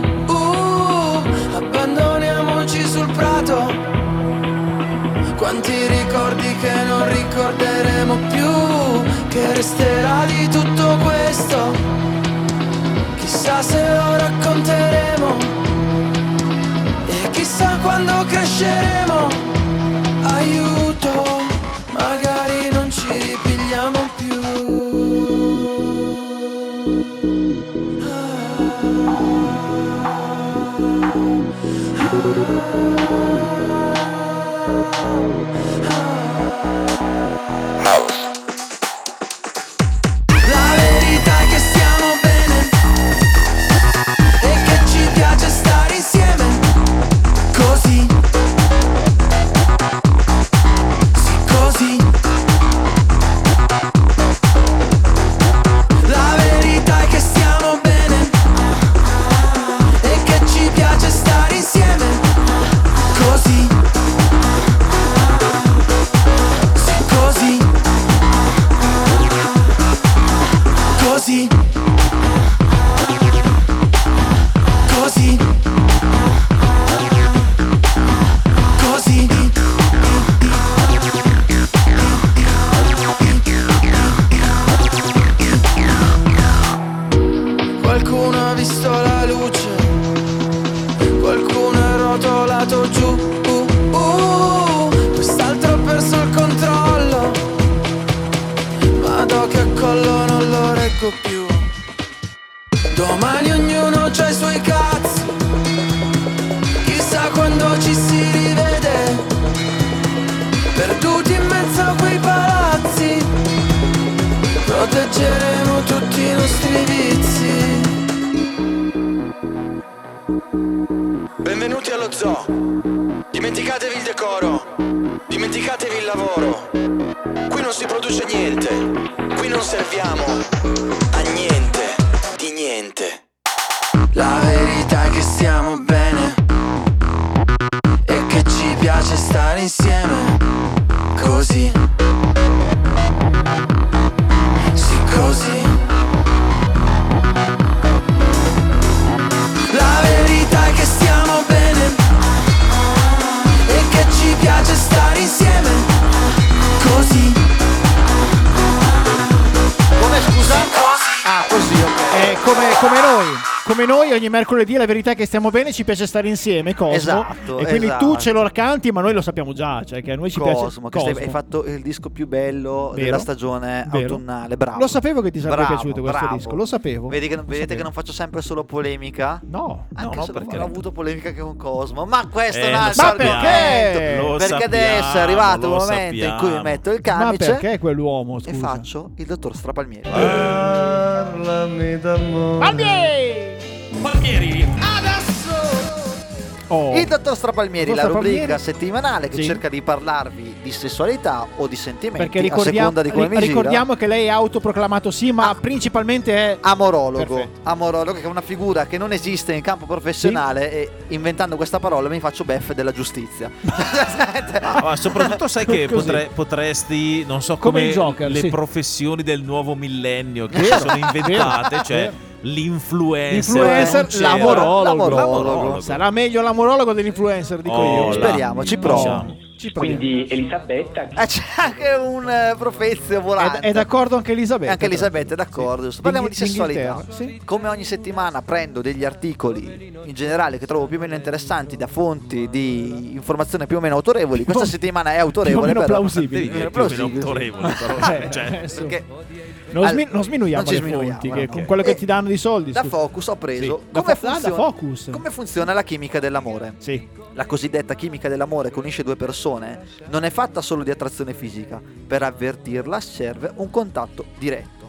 Abbandoniamoci sul prato. Quanti ricordi che non ricorderemo più. Che resterà di tutto questo. Chissà se lo racconteremo. E chissà quando cresceremo. Aiuto, magari non ci ripigliamo più. La verità è che stiamo bene e che ci piace stare insieme. Così, sì, così. La verità è che stiamo bene e che ci piace stare insieme. Così, sì, così. Così. Così. Così. Qualcuno ha visto la luce, qualcuno è rotolato giù, quest'altro ha perso il controllo, ma d'occhio a collo non lo reggo più. Domani ognuno c'ha i suoi cazzi, chissà quando ci si rivede, perduti in mezzo a quei palazzi, proteggeremo tutti i nostri vizi. Benvenuti allo zoo. Dimenticatevi il decoro, dimenticatevi il lavoro. Qui non si produce niente, qui non serviamo a niente, di niente. La verità è che stiamo bene e che ci piace stare insieme. Così, sì, così. La verità è che stiamo bene e che ci piace stare insieme. Così. Come scusa? Ah, così, ok. Come come noi ogni mercoledì la verità è che stiamo bene, ci piace stare insieme, Cosmo. Esatto, e quindi esatto. tu ce lo canti, ma noi lo sappiamo già, cioè che a noi ci Cosmo, piace. che hai fatto il disco più bello della stagione autunnale, bravo. Lo sapevo che ti sarebbe Bravo, piaciuto questo bravo. disco, lo sapevo. Vedete che non faccio sempre solo polemica? No, anche no, se perché non ho avuto polemica anche con Cosmo, ma questo è un lo altro sappiamo. argomento. Lo Perché sappiamo, adesso è arrivato il lo momento in cui sappiamo. mi metto il Ma camice perché quell'uomo, scusa? e faccio il dottor Strapalmieri. Parlami d'amore. Palmieri. Il dottor Strapalmieri, Dottor la rubrica Strapalmieri? settimanale che Sì. cerca di parlarvi di sessualità o di sentimenti Perché a seconda di come mi gira. ricordiamo che lei è autoproclamato sì, ma principalmente è Amorologo. Perfetto. Amorologo, che è una figura che non esiste in campo professionale e inventando questa parola mi faccio beffe della giustizia. Ma soprattutto sai che Così. potresti, non so, Come come il Joker, le sì. professioni del nuovo millennio che Vero, si sono inventate, vero, cioè vero. l'influencer, L'influencer, non c'era. l'amorologo. Sarà meglio l'amorologo dell'influencer, dico io. Speriamo, ci provo. Diciamo. Ci proviamo. Quindi Elisabetta. C'è anche un profezio volante. È d'accordo anche Elisabetta. Anche Elisabetta è d'accordo. Sì. Parliamo di D'Inghilterra, sessualità. sì. Come ogni settimana prendo degli articoli in generale che trovo più o meno interessanti da fonti di informazione più o meno autorevoli. Questa settimana è autorevole, più o meno però. plausibili. Più o meno Plausibili, autorevoli, però. Cioè, adesso. Perché Non sminuiamo non ci le sminuiamo, fonti, no. che con quello che ti danno di soldi. Da scusa. Focus ho preso Sì. Da Focus. come funziona la chimica dell'amore. Sì. La cosiddetta chimica dell'amore che unisce due persone non è fatta solo di attrazione fisica. Per avvertirla serve un contatto diretto.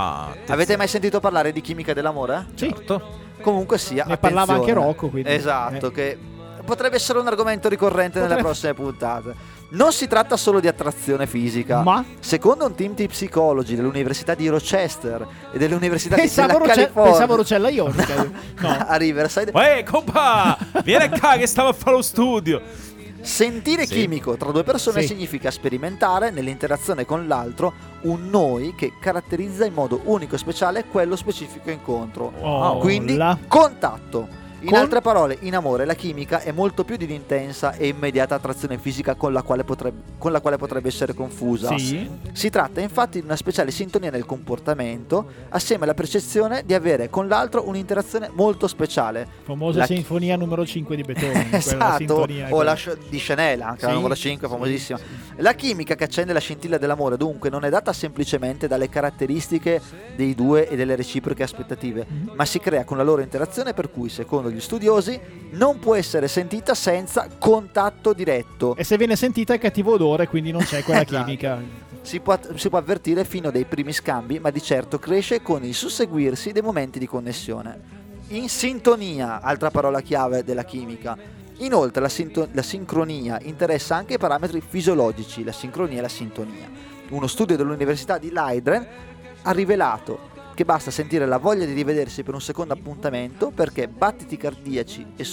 Avete mai sentito parlare di chimica dell'amore? Certo. Comunque sia, Ne parlava attenzione. anche Rocco, quindi. Esatto, che potrebbe essere un argomento ricorrente nelle prossime puntate. Non si tratta solo di attrazione fisica, ma secondo un team di psicologi dell'Università di Rochester e dell'Università pensavo della California, pensavo Rocella Ionica. No. a Riverside, compa, vieni qua che stavo a fare lo studio. Sentire Sì. chimico tra due persone Sì. significa sperimentare nell'interazione con l'altro un noi che caratterizza in modo unico e speciale quello specifico incontro. Oh, Quindi là. contatto. In Con- altre parole, in amore la chimica è molto più di un'intensa e immediata attrazione fisica con la quale potrebbe essere confusa. Sì. Si tratta infatti di una speciale sintonia nel comportamento, assieme alla percezione di avere con l'altro un'interazione molto speciale. Famosa La- sinfonia numero 5 di Beethoven. quella Esatto, sintonia o che- la di Chanel, anche la Sì, numero 5, sì, famosissima. La chimica che accende la scintilla dell'amore, dunque, non è data semplicemente dalle caratteristiche dei due e delle reciproche aspettative, ma si crea con la loro interazione, per cui, secondo gli studiosi, non può essere sentita senza contatto diretto. E se viene sentita è cattivo odore, quindi non c'è quella Esatto. chimica. Si può avvertire fino dei primi scambi, ma di certo cresce con il susseguirsi dei momenti di connessione. In sintonia, altra parola chiave della chimica. Inoltre la sincronia interessa anche i parametri fisiologici, la sincronia e la sintonia. Uno studio dell'Università di Leiden ha rivelato che basta sentire la voglia di rivedersi per un secondo appuntamento perché battiti cardiaci e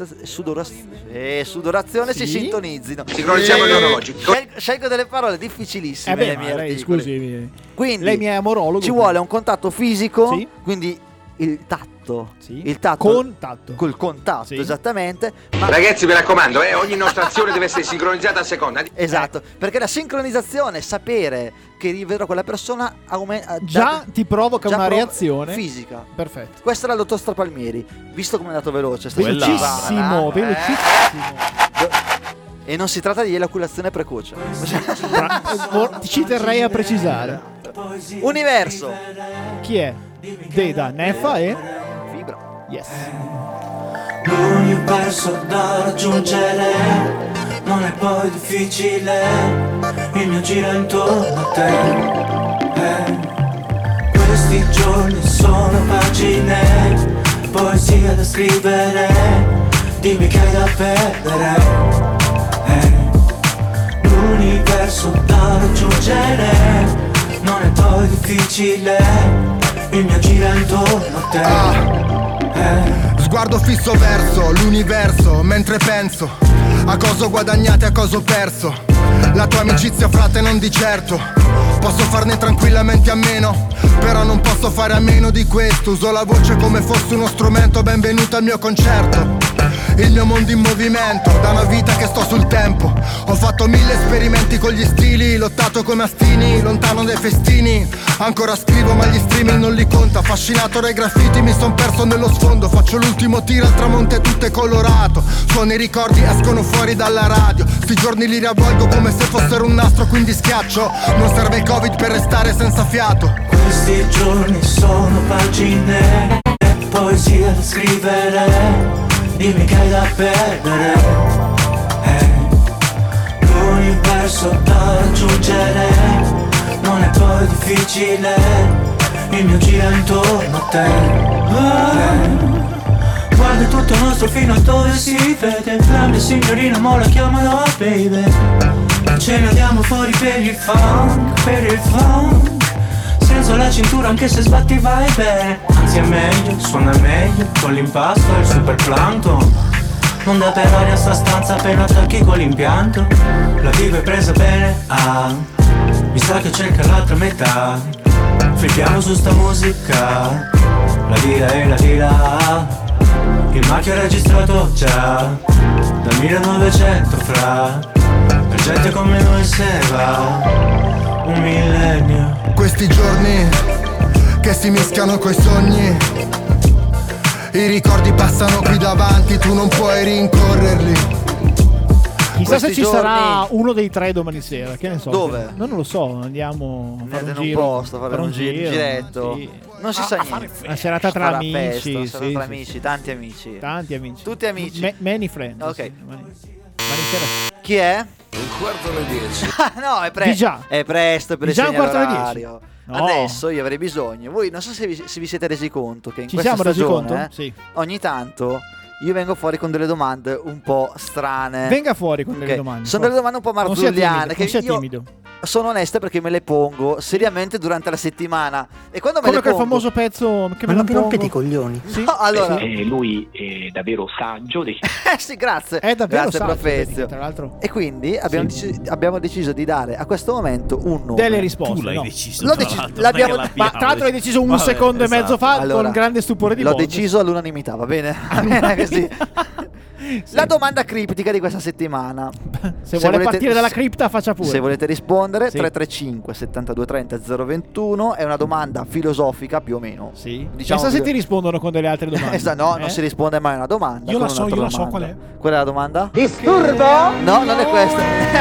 sudorazione Sì? si sintonizzino. Sincronizziamo gli orologi. Scelgo delle parole difficilissime Beh, nei ma miei lei, articoli. scusi, Quindi lei mi è amorologo. ci vuole un contatto fisico, Sì. quindi il tatto. Sì. Il tatto Contatto. col contatto, Sì. esattamente. Ma Ragazzi, mi raccomando, ogni nostra azione deve essere sincronizzata a seconda. esatto, perché la sincronizzazione, sapere che rivedrò quella persona Già ti provoca una reazione fisica. Perfetto. Questo era il dottor Strapalmieri. Visto come è andato veloce, sta Velocissimo, velocissimo. E non si tratta di eiaculazione precoce. Ci terrei a precisare. Universo. Chi è? Deda, Nefa e Fibra. Yes. L'universo da raggiungere non è poi difficile, il mio giro è intorno a te. Questi giorni sono pagine, poesia da scrivere, dimmi che hai da perdere. L'universo da raggiungere non è poi difficile, il mio giro è intorno a te. Sguardo fisso verso l'universo mentre penso a cosa ho guadagnato e a cosa ho perso. La tua amicizia, frate, non di certo. Posso farne tranquillamente a meno, però non posso fare a meno di questo. Uso la voce come fosse uno strumento, benvenuto al mio concerto. il mio mondo in movimento. Da una vita che sto sul tempo, ho fatto 1000 esperimenti con gli stili, lottato come astini, lontano dai festini. Ancora scrivo ma gli streaming non li conta. Affascinato dai graffiti mi son perso nello sfondo. Faccio l'ultimo tiro al tramonto e tutto è colorato. Suoni i ricordi escono fuori dalla radio. Sti giorni li riavvolgo come se fossero un nastro, quindi schiaccio. Non serve il covid per restare senza fiato. Questi giorni sono pagine, poesia da scrivere. Dimmi che hai da perdere, l'universo da raggiungere. Non è poi difficile, il mio gira intorno a te. Guarda tutto nostro fino a dove si vede. La mia signorina mo la chiamano baby. Ce ne andiamo fuori per il funk, per il funk. Senza la cintura anche se sbatti vai bene. Anzi è meglio, suona meglio con l'impasto e il super plankton. Non dà per aria sta stanza appena attacchi con l'impianto. La vivo è presa bene, mi sa che cerca l'altra metà. Flippiamo su sta musica, la lira e la lira. Il marchio è registrato già dal 1900 fra. Per gente come noi se va un millennio. Questi giorni che si mischiano coi sogni, i ricordi passano qui davanti, tu non puoi rincorrerli. Chissà se ci sarà uno dei 3 domani sera, che ne so. Dove? Non lo so, andiamo a fare un in un giro. posto, fare un giretto. Sì. Non si sa niente. Una serata tra Farà amici, festa, una serata sì, tra sì, amici, sì. tanti amici. Tanti amici. Tutti amici. Many friends. Ok. Sì. Mani sera. Chi è? Un quarto alle 10. No, è presto. Di già. È presto per il Di già un segnale quarto alle orario. 10. No. Adesso io avrei bisogno. Voi non so se vi siete resi conto che in Ci questa siamo resi stagione conto? Sì. ogni tanto io vengo fuori con delle domande un po' strane. Venga fuori con delle Ok. domande. Sono delle domande un po' Non sia timido, marzulliane. non sia Che io timido. sono oneste perché me le pongo seriamente durante la settimana. E quando me Come le quel pongo famoso pezzo che Ma me non lo mi rompete pongo. i coglioni. Sì. No, allora, Lui è davvero saggio. sì, grazie. È davvero Grazie, saggio, Profezio. vedi, tra l'altro. E quindi abbiamo deciso di dare a questo momento un nome. Delle risposte. Tu l'hai no. deciso. L'ho tra deciso, l'altro, l'abbiamo- non è che Ma tra l'altro hai deciso un Vabbè, secondo e mezzo fa Allora, con grande stupore di L'ho Bob. deciso all'unanimità, va bene? Va bene così. La domanda criptica di questa settimana. Se vuole partire dalla cripta faccia pure. Se volete rispondere, Sì. 335 72 30 021. È una domanda filosofica più o meno. Sì. Diciamo Pensa se che- ti rispondono con delle altre domande. No, non si risponde mai a una domanda. Io con la so, un'altra io la so domanda. qual è. Qual è la domanda? Disturbo? No, non è questa.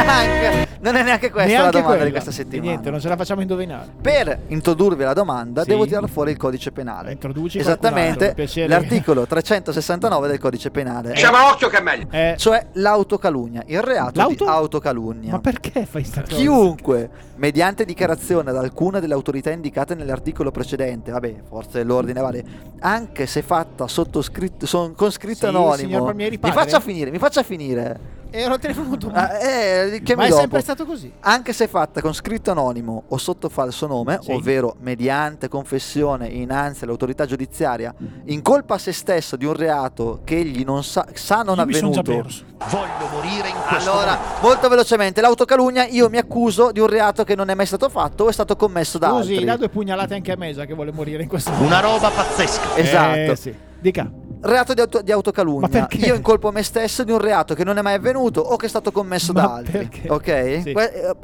Non è neanche questa Neanche la domanda quella. di questa E settimana. niente, non ce la facciamo indovinare. Per introdurvi la domanda Sì. devo tirare fuori il codice penale. Introduci qualcun altro, Esattamente per piacere. l'articolo 369 del codice penale. Diciamo a occhio che è meglio. Cioè l'autocalunnia, il reato L'auto? di autocalunnia. Ma perché fai sta cosa? Chiunque, mediante dichiarazione ad alcuna delle autorità indicate nell'articolo precedente, vabbè, forze dell'ordine, vale, anche se fatta sottoscritto, con scritto Sì, anonimo. signor Palmieri, Mi padre? faccia finire. Era il telefono tu. Che Ma mi è dopo. sempre stato così. Anche se fatta con scritto anonimo o sotto falso nome, Sì. ovvero mediante confessione innanzi all'autorità giudiziaria, in colpa a se stesso di un reato che egli non sa non Io mi sono già avvenuto. perso. Voglio morire in questo Allora, molto velocemente, l'autocalunnia, io mi accuso di un reato che non è mai stato fatto o è stato commesso da Scusi, altri. dà 2 pugnalate anche a Mesa che vuole morire in questo momento. Una roba pazzesca. Esatto. Sì. Dica. Reato di autocalunnia. Ma perché? Io incolpo me stesso di un reato che non è mai avvenuto o che è stato commesso Ma da altri. perché? Ok? Sì.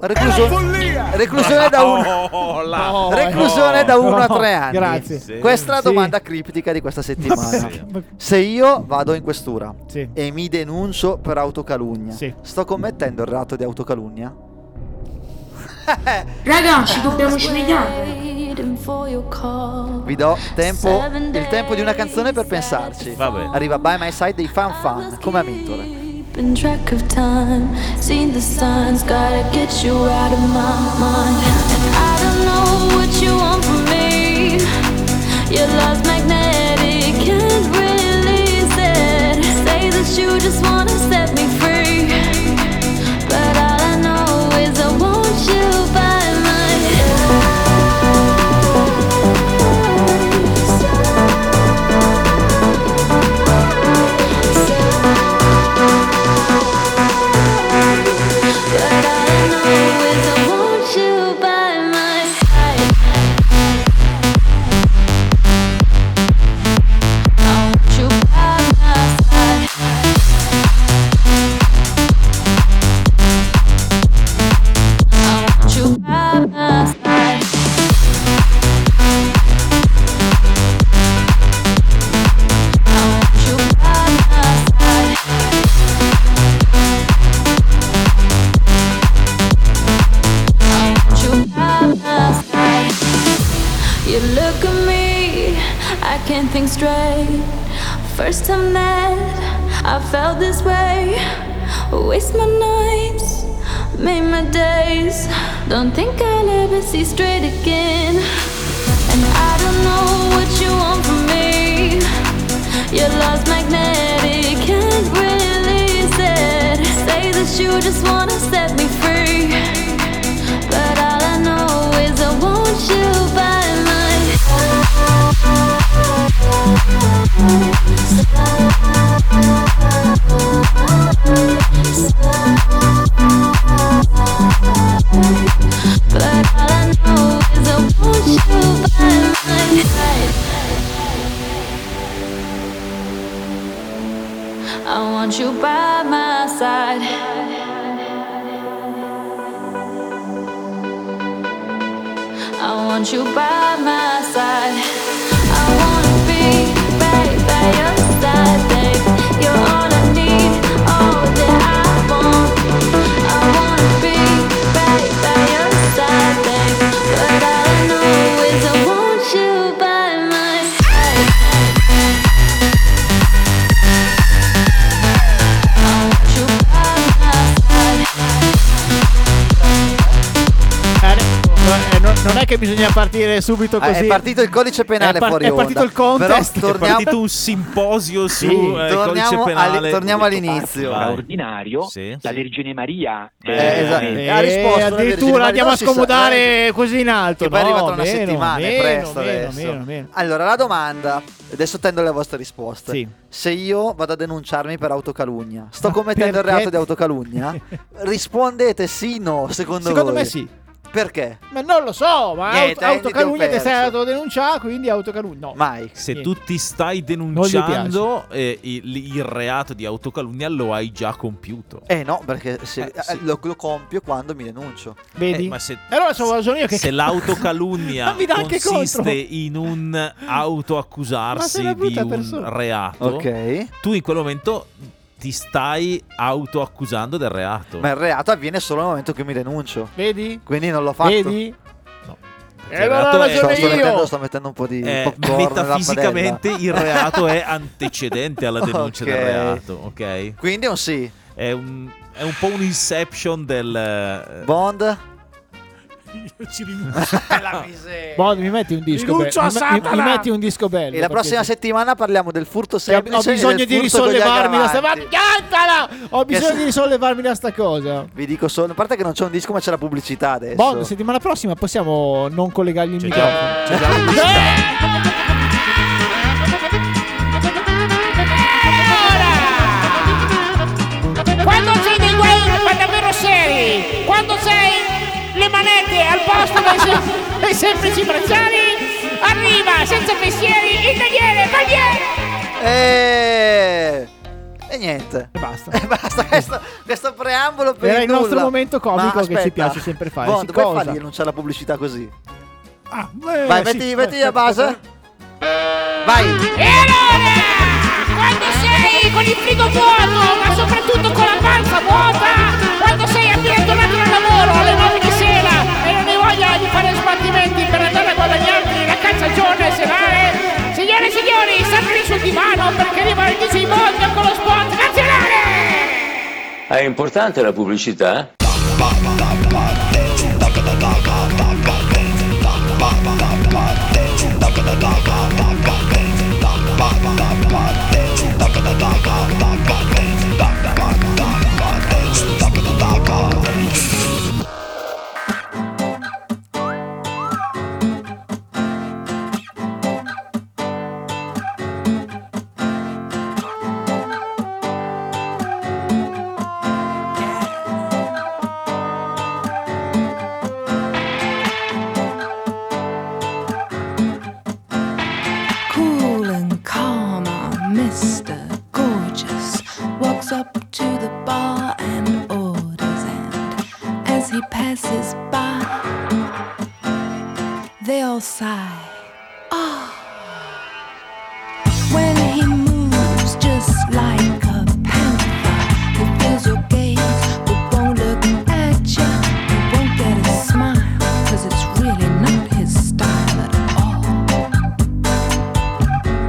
Reclusione da 1 reclusione da 1 a 3 anni. Grazie. Sì. Questa è la Sì. domanda criptica di questa settimana. perché? Se io vado in questura Sì. e mi denuncio per autocalunnia, Sì. sto commettendo il reato di autocalunnia? Raga, ci dobbiamo svegliare. Vi do il tempo di una canzone per pensarci. Vabbè. Arriva By My Side dei Fan Fan come Amintore. Keeping track of time, seen the signs, gotta get you out of my mind. I don't know what you want from me. Your love's magnetic, can't release it. Say that you just wanna set me free, but all I know is I want you by my can't think straight. First time that I felt this way. Waste my nights, made my days. Don't think I'll ever see straight again. And I don't know what you want from me. Your love's magnetic, can't release it. Say that you just wanna set me free, but all I know is I want you by my but all I know is I want you by my side. I want you by my side. I want you by my side. I wanna be right by your side, babe. You're all I need, all that I want. I wanna be right by your side, babe. But all I know is I want you by my side. I want you by my side. Non è che bisogna partire subito così. È partito il codice penale fuori è onda. partito il contest. Però È partito un simposio su codice penale. Torniamo all'inizio. Straordinario, la Vergine Maria esatto. Ha risposto addirittura andiamo a scomodare così in alto. Che poi è arrivata una Meno, settimana, è meno, presto meno, adesso. meno. Allora la domanda, adesso tendo le vostre risposte. Sì. Se io vado a denunciarmi per autocalunnia, sto commettendo il perché? reato di autocalunnia? Rispondete sì, no, secondo voi? me sì. Perché? Ma non lo so, ma Niente, autocalunnia ti ho ti sei perso. autodenunciato, quindi autocalunnia. No. Mai. Se Niente. tu ti stai Non denunciando, il reato di autocalunnia lo hai già compiuto. No, perché sì. lo compio quando mi denuncio. Vedi? Ma se, allora sono ragione io che se l'autocalunnia Ma mi dà anche consiste contro. in un Ma sei autoaccusarsi una di brutta un persona. reato, Ok. tu in quel momento ti stai autoaccusando del reato. Ma il reato avviene solo nel momento che mi denuncio. Vedi? Quindi non l'ho fatto. Vedi? No. E allora ho ragione io. Sto mettendo un po' di popcorn nella metafisicamente padella. il reato è antecedente alla denuncia Ok. del reato, ok? Quindi è un sì. È un po' un inception del Bond? Io ci rinuncio. La miseria. Bond, mi metti un disco bello. Rinuncio a Satana. Mi metti un disco bello. E la prossima settimana parliamo del furto Ho semplice. bisogno e del di furto con gli risollevarmi da sta aggravanti. Ho bisogno di risollevarmi da sta cosa. Vi dico solo, a parte che non c'è un disco ma c'è la pubblicità adesso. Bond, settimana prossima possiamo non collegargli il C'è microfono. già la pubblicità. Quando sei dei guai davvero seri, quando sei le manette al posto dei semplici bracciali, arriva senza pensieri il tagliere. E niente. E basta. Basta questo preambolo per Era il nulla. nostro momento comico Ma che ci aspetta. piace sempre fare. Bond, Sì, puoi cosa? fargli annunciare la pubblicità così? Vai, metti a base. Vai. E allora, quando sei con il frigo vuoto, ma soprattutto con la panza vuota, quando sei appena tornato dal lavoro alle 9 di sera e non hai voglia di fare sbattimenti per andare a guadagnarti la calzagione serale, signore e signori, state lì sul divano perché arriva il DJ Bond con lo spot nazionale! È importante la pubblicità? Cool and calm, Mr. Gorgeous walks up to the bar and orders, and as he passes by, they all sigh. Ah, when he moves just like a panther, he feels your gaze but won't look at you. He won't get a smile 'cause it's really not his style at all.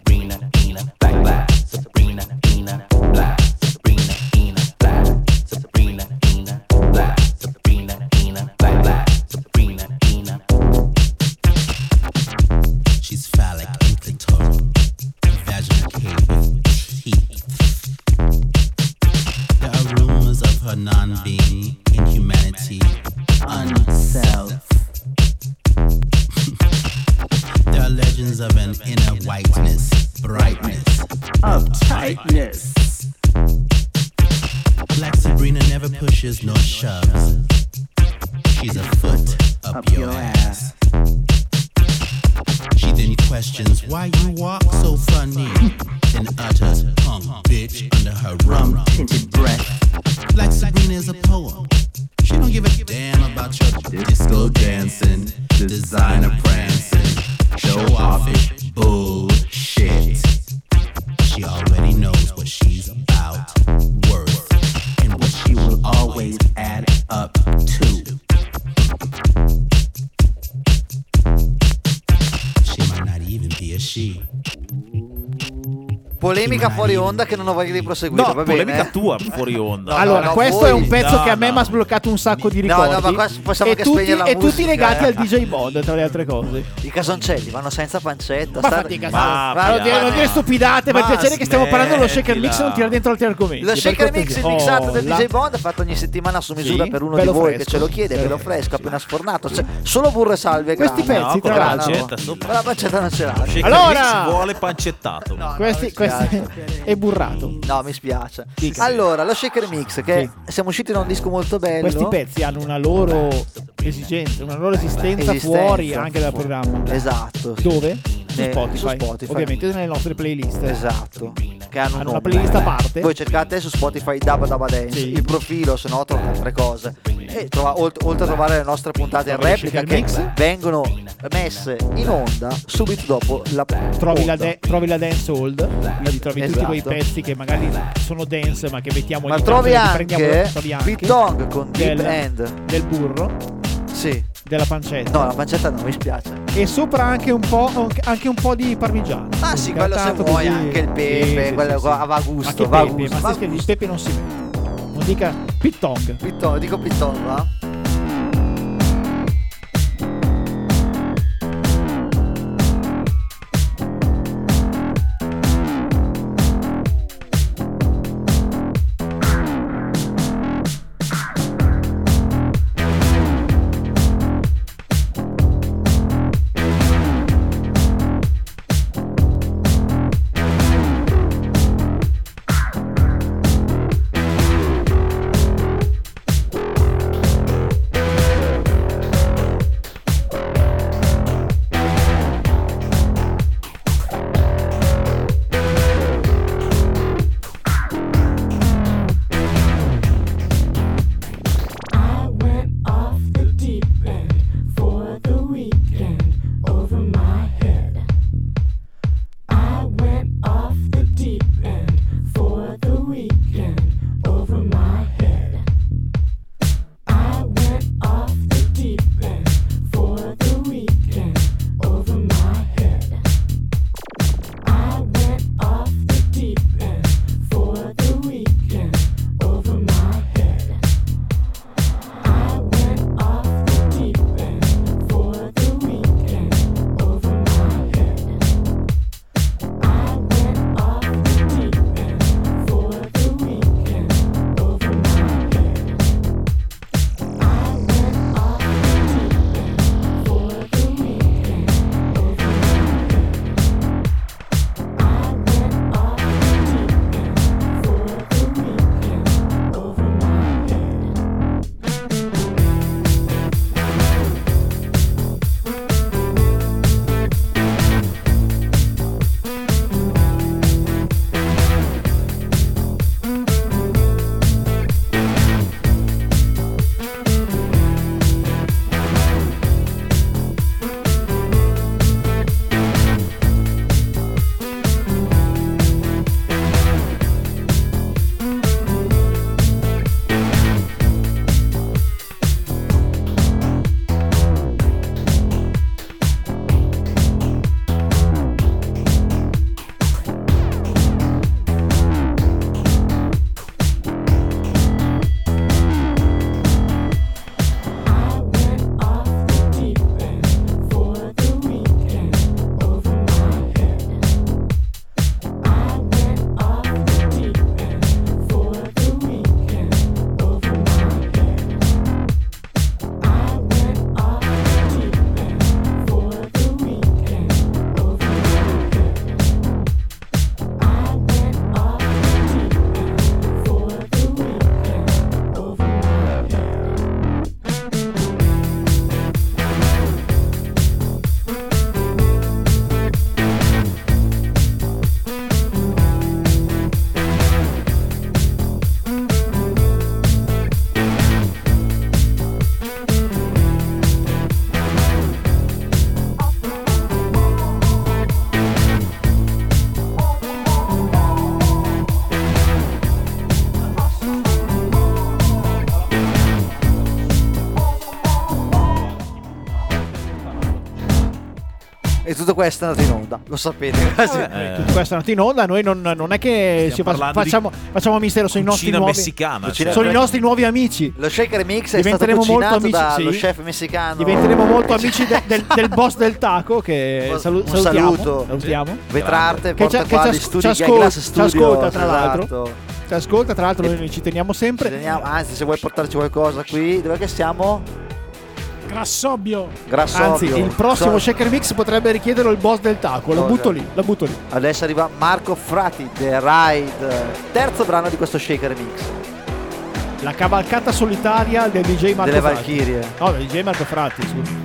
versions of an inner whiteness, brightness, uptightness. Black Sabrina never pushes nor shoves. She's a foot up your ass. She then questions why you walk so funny, then utters punk bitch under her rum-tinted breath. Black Sabrina is a poem. She don't give a damn about your disco dancing, designer prancing, show-offish bullshit. She already knows what she's about, worth, and what she will always add up to. She might not even be a she. Polemica fuori onda che non ho voglia di proseguire. No, va polemica bene? tua fuori onda. Allora, no, questo voi- è un pezzo no, che a me no. mi ha sbloccato un sacco di ricordi. No, ma qua possiamo e che tutti, spegnere la e tutti musica, legati eh. al DJ Bod, tra le altre cose. I casoncelli vanno senza pancetta. Ma star- fatti Ma- casare. Non dire stupidate, per Ma piacere che stiamo parlando dello shaker mix, smettila. non tirare dentro altri argomenti. Lo per shaker mix cortesia. mixato del la- DJ Bond, fatto ogni settimana su misura Sì, per uno di bello voi fresco. che ce lo chiede, Bello bello fresco, appena sfornato. Cioè, solo burro e salvia. Questi grana. pezzi, No, con tra la l'altro, pancetta sopra. Ma la pancetta non ce l'ha. Shaker Allora! Mix vuole pancettato. questi è burrato. No, mi spiace. Dica. Allora, lo shaker mix, che siamo usciti da un disco molto bello. Questi pezzi hanno una loro esigenza, una loro esistenza fuori anche dal programma. Esatto. Dove? Su Su Spotify. Spotify. Ovviamente nelle nostre playlist. Esatto. Che hanno un una nome. playlist a parte. Voi cercate su Spotify Dabba Dabba Dance, Sì. il profilo, se no trovate altre cose. E oltre a trovare le nostre puntate in Trovi lo replica shaker che mix. vengono messe in onda subito dopo la Trovi la, onda. trovi la dance hold, quindi trovi tutti quei Esatto. pezzi che magari sono dance ma che mettiamo Ma ogni trovi tanto, li prendiamo, anche trovi anche Bitong con Deep del- End. del burro, Sì. della pancetta. No, la pancetta non mi spiace. E sopra anche un po' di parmigiano. Ah sì, quello se Scartato vuoi, così. anche il pepe, Sì, quello sì, qua sì. va a Ma gusto, che va a pepe? gusto. Ma va a sai che il gusto. pepe non si mette. Non dica Pittong. Pitong, dico Pitong, va? tutto questo è andato in onda, lo sapete. Tutto questo è andato in onda. Noi non è che facciamo mistero, sono i nostri cucina nuovi messicana. sono i nostri nuovi amici. Lo shaker mix è stato Diventeremo molto cucinato amici, dallo sì. chef messicano. Diventeremo molto amici del boss del taco, che Un salutiamo. Vetrarte, Che porta qua di studi, ci Glass ascolta, Studios, tra l'altro. esatto. Ci ascolta, tra l'altro, noi ci teniamo sempre. Anzi, se vuoi portarci qualcosa qui, dove che siamo? Grassobbio. Anzi, il prossimo shaker mix potrebbe richiederlo il boss del taco. La butto lì. Adesso arriva Marco Frati, The Ride, terzo brano di questo shaker mix. La cavalcata solitaria del DJ Marco Delle Frati. Valchirie. No, del DJ Marco Frati, scusa.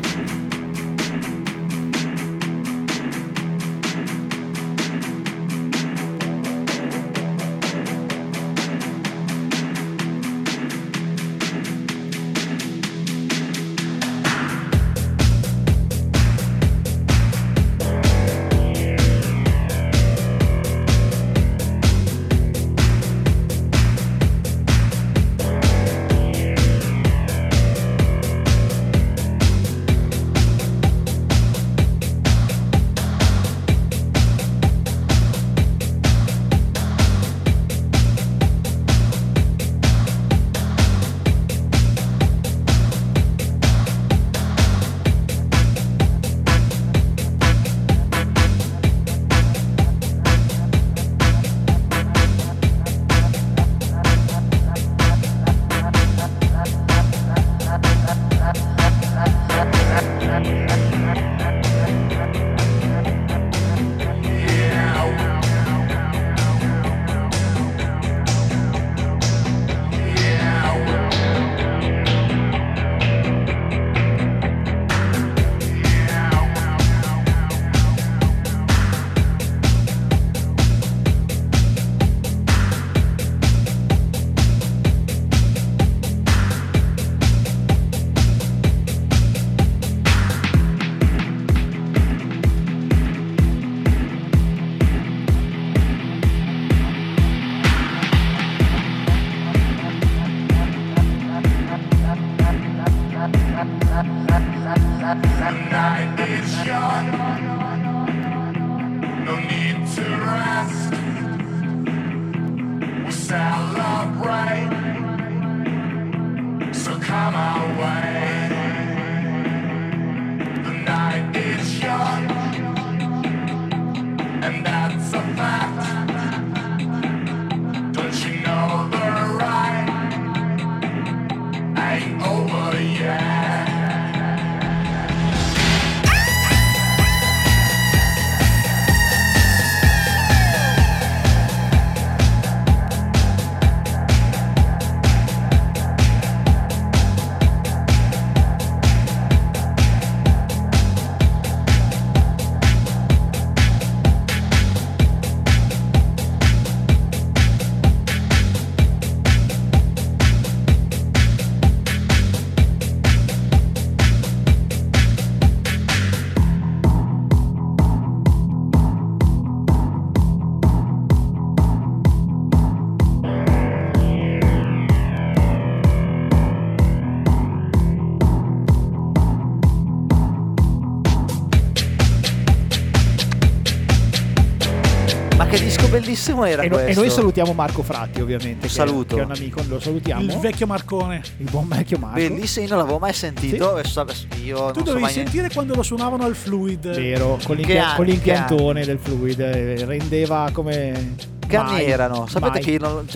Che disco bellissimo era questo. E noi salutiamo Marco Fratti, ovviamente. Saluto. Che è un amico, lo salutiamo. Il vecchio Marcone. Il buon vecchio Marco. Bellissimo, io non l'avevo mai sentito. Sì. Io tu dovevi sentire quando lo suonavano al Fluid. Vero, con l'impiantone del Fluid. Rendeva come... Che anni erano? Sapete che io non...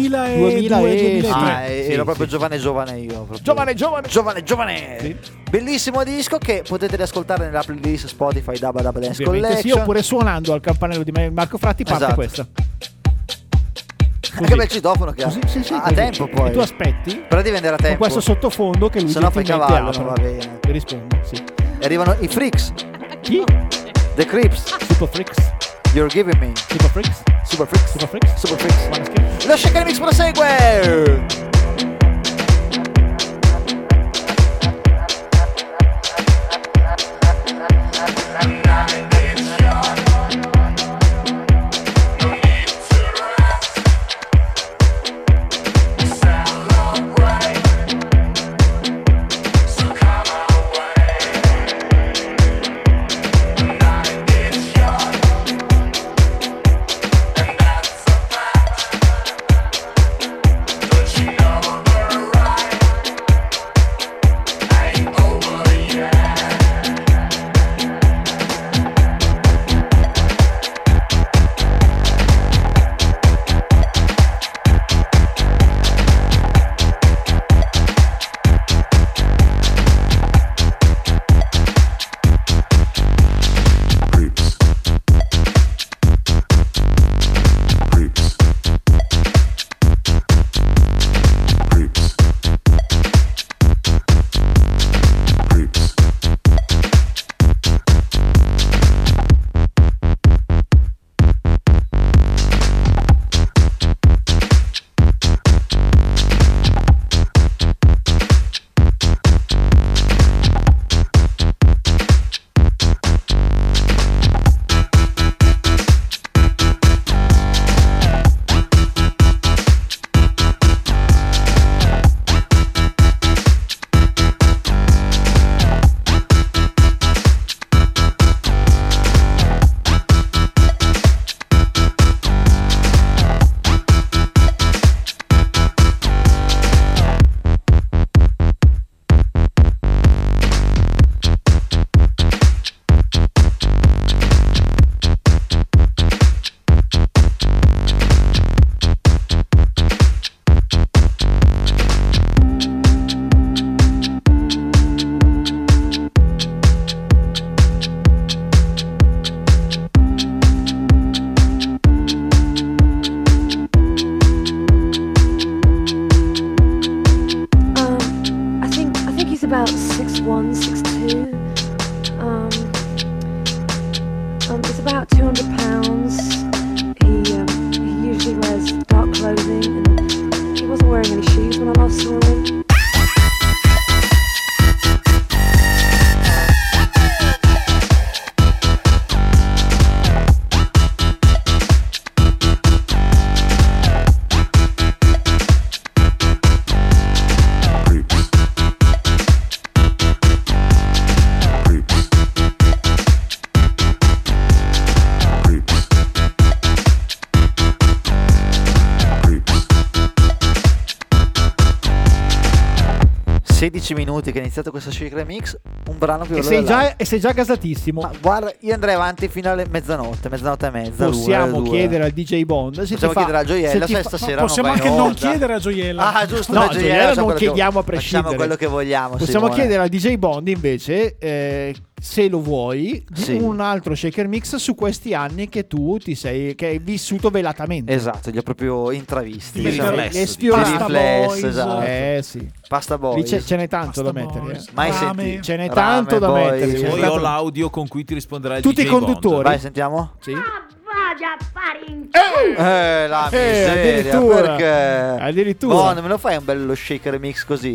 2002. Ero proprio giovane io. Giovane. Sì. Bellissimo disco che potete riascoltare nella playlist Spotify Dabba Dabba Dance Collection. Sì, oppure suonando al campanello di Marco Fratti parte questa. Anche bel citofono che ha così. tempo poi. E tu aspetti però devi vendere a tempo. con questo sottofondo che lui se no fai cavallo, non va bene. Ti rispondo, sì. E arrivano i Freaks. Chi? The Crips. Super Freaks. You're giving me. Super Freaks. Lo shaker mix prosegue. It's about £200. He usually wears dark clothing, and he wasn't wearing any shoes when I last saw him. Minuti che è iniziato questa Chic Remix, un brano più e sei già gasatissimo. Ma guarda, io andrei avanti fino alle mezzanotte e mezza. Possiamo chiedere al DJ Bond, possiamo chiedere a Gioiella se stasera possiamo non anche in non onda. chiedere a Gioiella. Ah, giusto, no, a Gioiella non chiediamo a prescindere. Facciamo quello che vogliamo. Possiamo Simone. chiedere al DJ Bond invece, se lo vuoi, sì, un altro Shaker Mix su questi anni che tu che hai vissuto velatamente. Esatto, li ho proprio intravisti. Pasta Boys, esatto. Sì. Pasta Boys. Ce n'è tanto Pasta da mettere. Mai sentito. Ce n'è tanto da mettere. Poi ho l'audio con cui ti risponderà il tutti DJ i conduttori. Bond. Vai, sentiamo. Sì. Vada a fare in La miseria, perché? Addirittura. Bond, me lo fai un bello Shaker Mix così?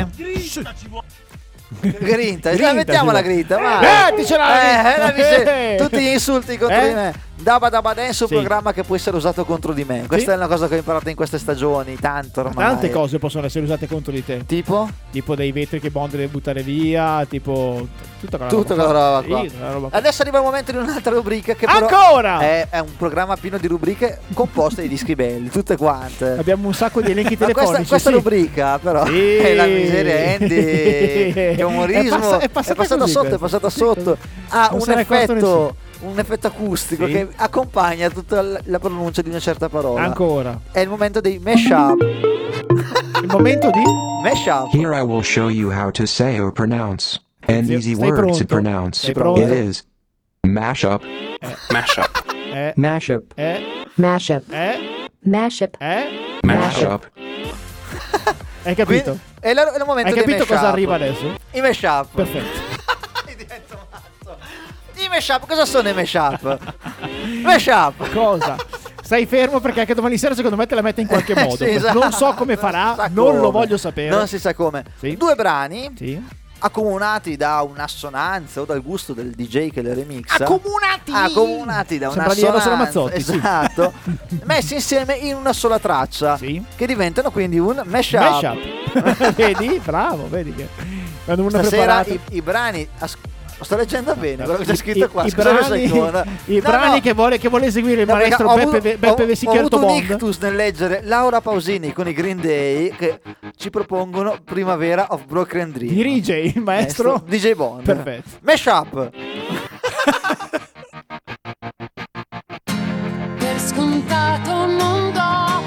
Grinta, mettiamo la grinta, vai. Tutti gli insulti contro di me. Dabba Dance, un programma che può essere usato contro di me. Questa è una cosa che ho imparato in queste stagioni, tanto ormai. Tante cose possono essere usate contro di te. Tipo dei vetri che Bond deve buttare via, tipo tutta quella roba qua. Adesso arriva il momento di un'altra rubrica che però ancora è un programma pieno di rubriche composte di dischi belli, tutte quante. Abbiamo un sacco di elenchi telefonici. Questa rubrica però è la miseria, Andy. Che umorismo. È passata sotto. Ha un effetto acustico che accompagna tutta la pronuncia di una certa parola. Ancora. È il momento dei mashup. Il momento di mashup. Here I will show you how to say or pronounce an easy word to pronounce. It is mashup. Mashup. Mashup. Mashup. Mashup. Mashup. Hai capito? È il momento. Hai capito dei cosa arriva adesso? I mashup. Perfetto. I mashup, cosa sono i mashup? Mashup. Cosa? Stai fermo perché anche domani sera secondo me te la mette in qualche modo. Sì, esatto. Non so come farà, non lo voglio sapere. Non si sa come. Sì. Due brani accomunati da un'assonanza o dal gusto del DJ che le remixa. Accomunati da Sembra di Eros un'assonanza. Ramazzotti, esatto. Messi insieme in una sola traccia. Che diventano quindi un mashup. Vedi? Bravo, vedi che quando uno stasera i brani sto leggendo bene quello che c'è scritto qua. I brani che vuole eseguire il maestro Beppe Vesicchiotto Bond. Ho avuto un ictus nel leggere Laura Pausini con i Green Day che ci propongono Primavera of Broken Dream. Dirige il maestro DJ Bond. Perfetto. Mashup. Per scontato non do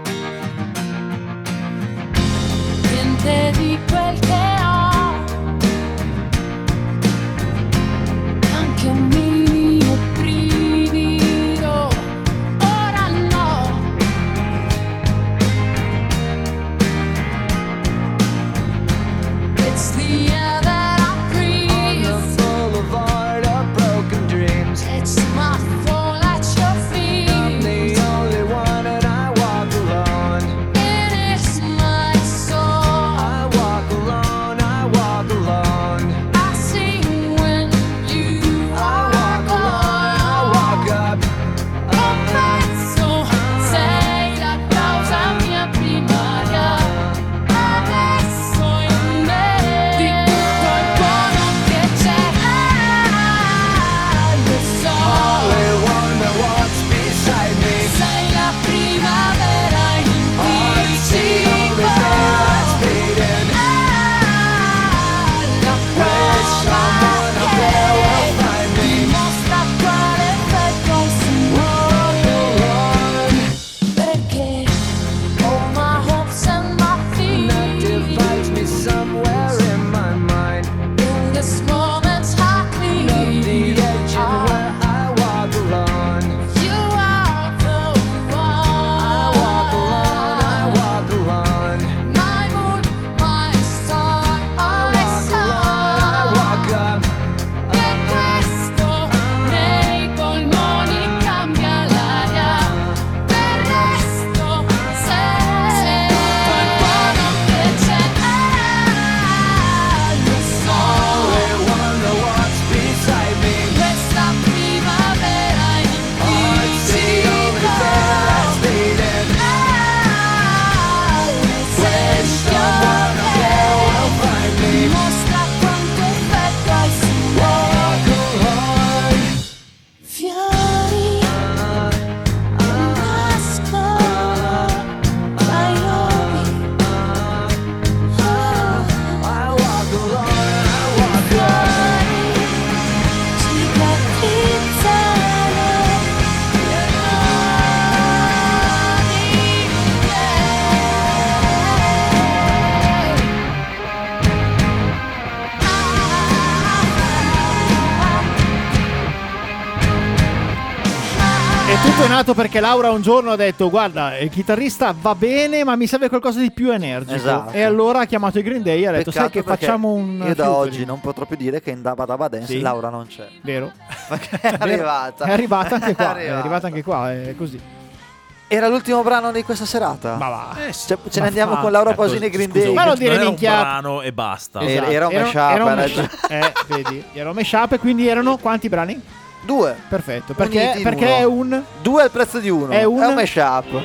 niente di quel che ho. Anche un minimo brivido, ora no. It's the air that I breathe on the boulevard of broken dreams. It's my fall at your feet. I'm the only E tutto è nato perché Laura un giorno ha detto: guarda, il chitarrista va bene, ma mi serve qualcosa di più energico. Esatto. E allora ha chiamato i Green Day e ha detto: sai che perché facciamo un io da featuring. oggi non potrò più dire che in Dabba Dabba Dance Sì. Laura non c'è. Vero? Perché è arrivata. È arrivata anche qua. È È arrivata anche qua, è così. Era l'ultimo brano di questa serata? Ma va. Ce ne andiamo con Laura Pausini e Green Day. Ma non dire non era un minchiate. brano e basta. Esatto. Era un mashup, era un hai mashup. Vedi, era un mashup e quindi erano quanti brani? 2. Perfetto, Uniti in perché uno. è un 2 al prezzo di 1. È un mashup.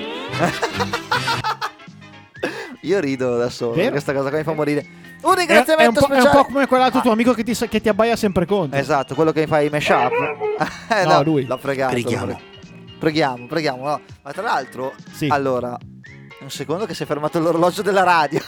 Io rido da solo, Vero? questa cosa qua mi fa morire. Un è un ringraziamento po', è un speciale. po' come quell'altro tuo amico che ti abbaia sempre contro. Esatto, quello che mi fa i mashup. No, lui. L'ho fregato. Preghiamo. No. Ma tra l'altro, Sì. allora, un secondo che si è fermato l'orologio della radio.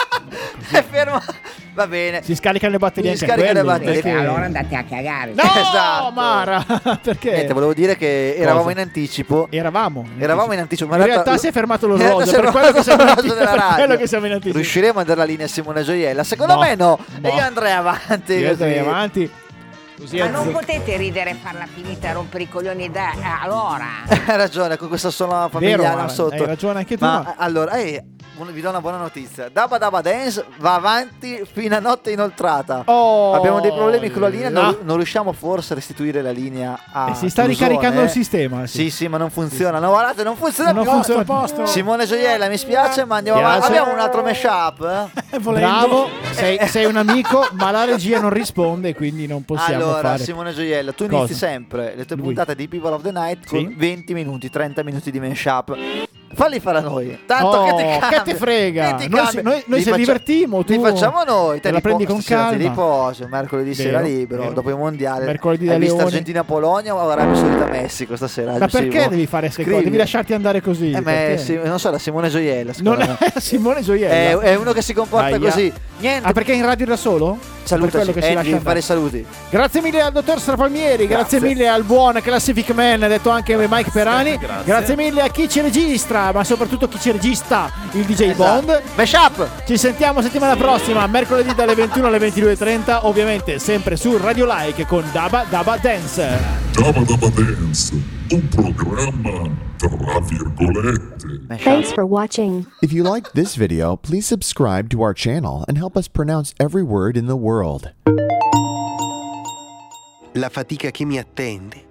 È fermo. Va bene. Si scaricano le batterie Si anche scaricano le quelli, batterie. perché- Allora andate a cagare. No, Esatto. Mara, perché? Niente, volevo dire che eravamo Cosa? in anticipo. Eravamo in anticipo. Ma In realtà si è fermato l'orologio, per quello che siamo in anticipo. Riusciremo a dare la linea a Simone Gioiella? Secondo No, me no. no. E io andrei avanti. Io così. andrei avanti. Così Ma non potete ridere e farla finita a rompere i coglioni allora. Hai ragione, con questa sola Vero, familiare Mara, sotto. hai ragione anche tu. Ma allora, vi do una buona notizia. Dabba Dabba Dance va avanti fino a notte inoltrata. Oh, Abbiamo dei problemi con la linea, là. non riusciamo forse a restituire la linea a Si sta Clusone. ricaricando il sistema. Sì, ma non funziona. No, guardate, non funziona Non più. funziona più. Posto. Simone Gioiella, mi spiace, ma andiamo Piace. avanti. Abbiamo un altro mashup? Bravo, sei un amico, ma la regia non risponde, quindi non possiamo Allora, fare. Simone Gioiella, tu Cosa? inizi sempre le tue Lui. puntate di People of the Night Sì. con 20 minuti, 30 minuti di mashup. Falli fare a noi. Tanto che ti cambia. che te frega. Che ti Noi, cambia. noi Li ci faccia- divertimo. Tu Li facciamo noi. te la prendi con stasera calma. Ti riposi. Mercoledì sera Vero, libero. vero. Dopo il mondiale. Mercoledì da Hai visto Leone. Argentina-Polonia o Arabia Saudita-Messico stasera? Ma perché Simo? devi fare queste Scrivi. cose? Devi lasciarti andare così. perché? Non so, era Simone Gioiella. Non secondo me. è Simone Gioiella. È uno che si comporta Ahia. così. Niente. Ah, perché è in radio da solo? Per quello Salutaci. che si lascia Devi andare. fare i saluti. Grazie mille al dottor Strapalmieri, grazie mille al buon Classific Man, detto anche Mike Perani. Grazie mille a chi ci registra, ma soprattutto chi ci regista, il DJ Bond. Mashup! Ci sentiamo settimana prossima, mercoledì dalle 21 alle 22:30, ovviamente sempre su Radio Like con Dabba Dabba Dance. Dabba Dabba Dance, un programma tra virgolette. Thanks for watching. If you liked this video, please subscribe to our channel and help us pronounce every word in the world. La fatica che mi attende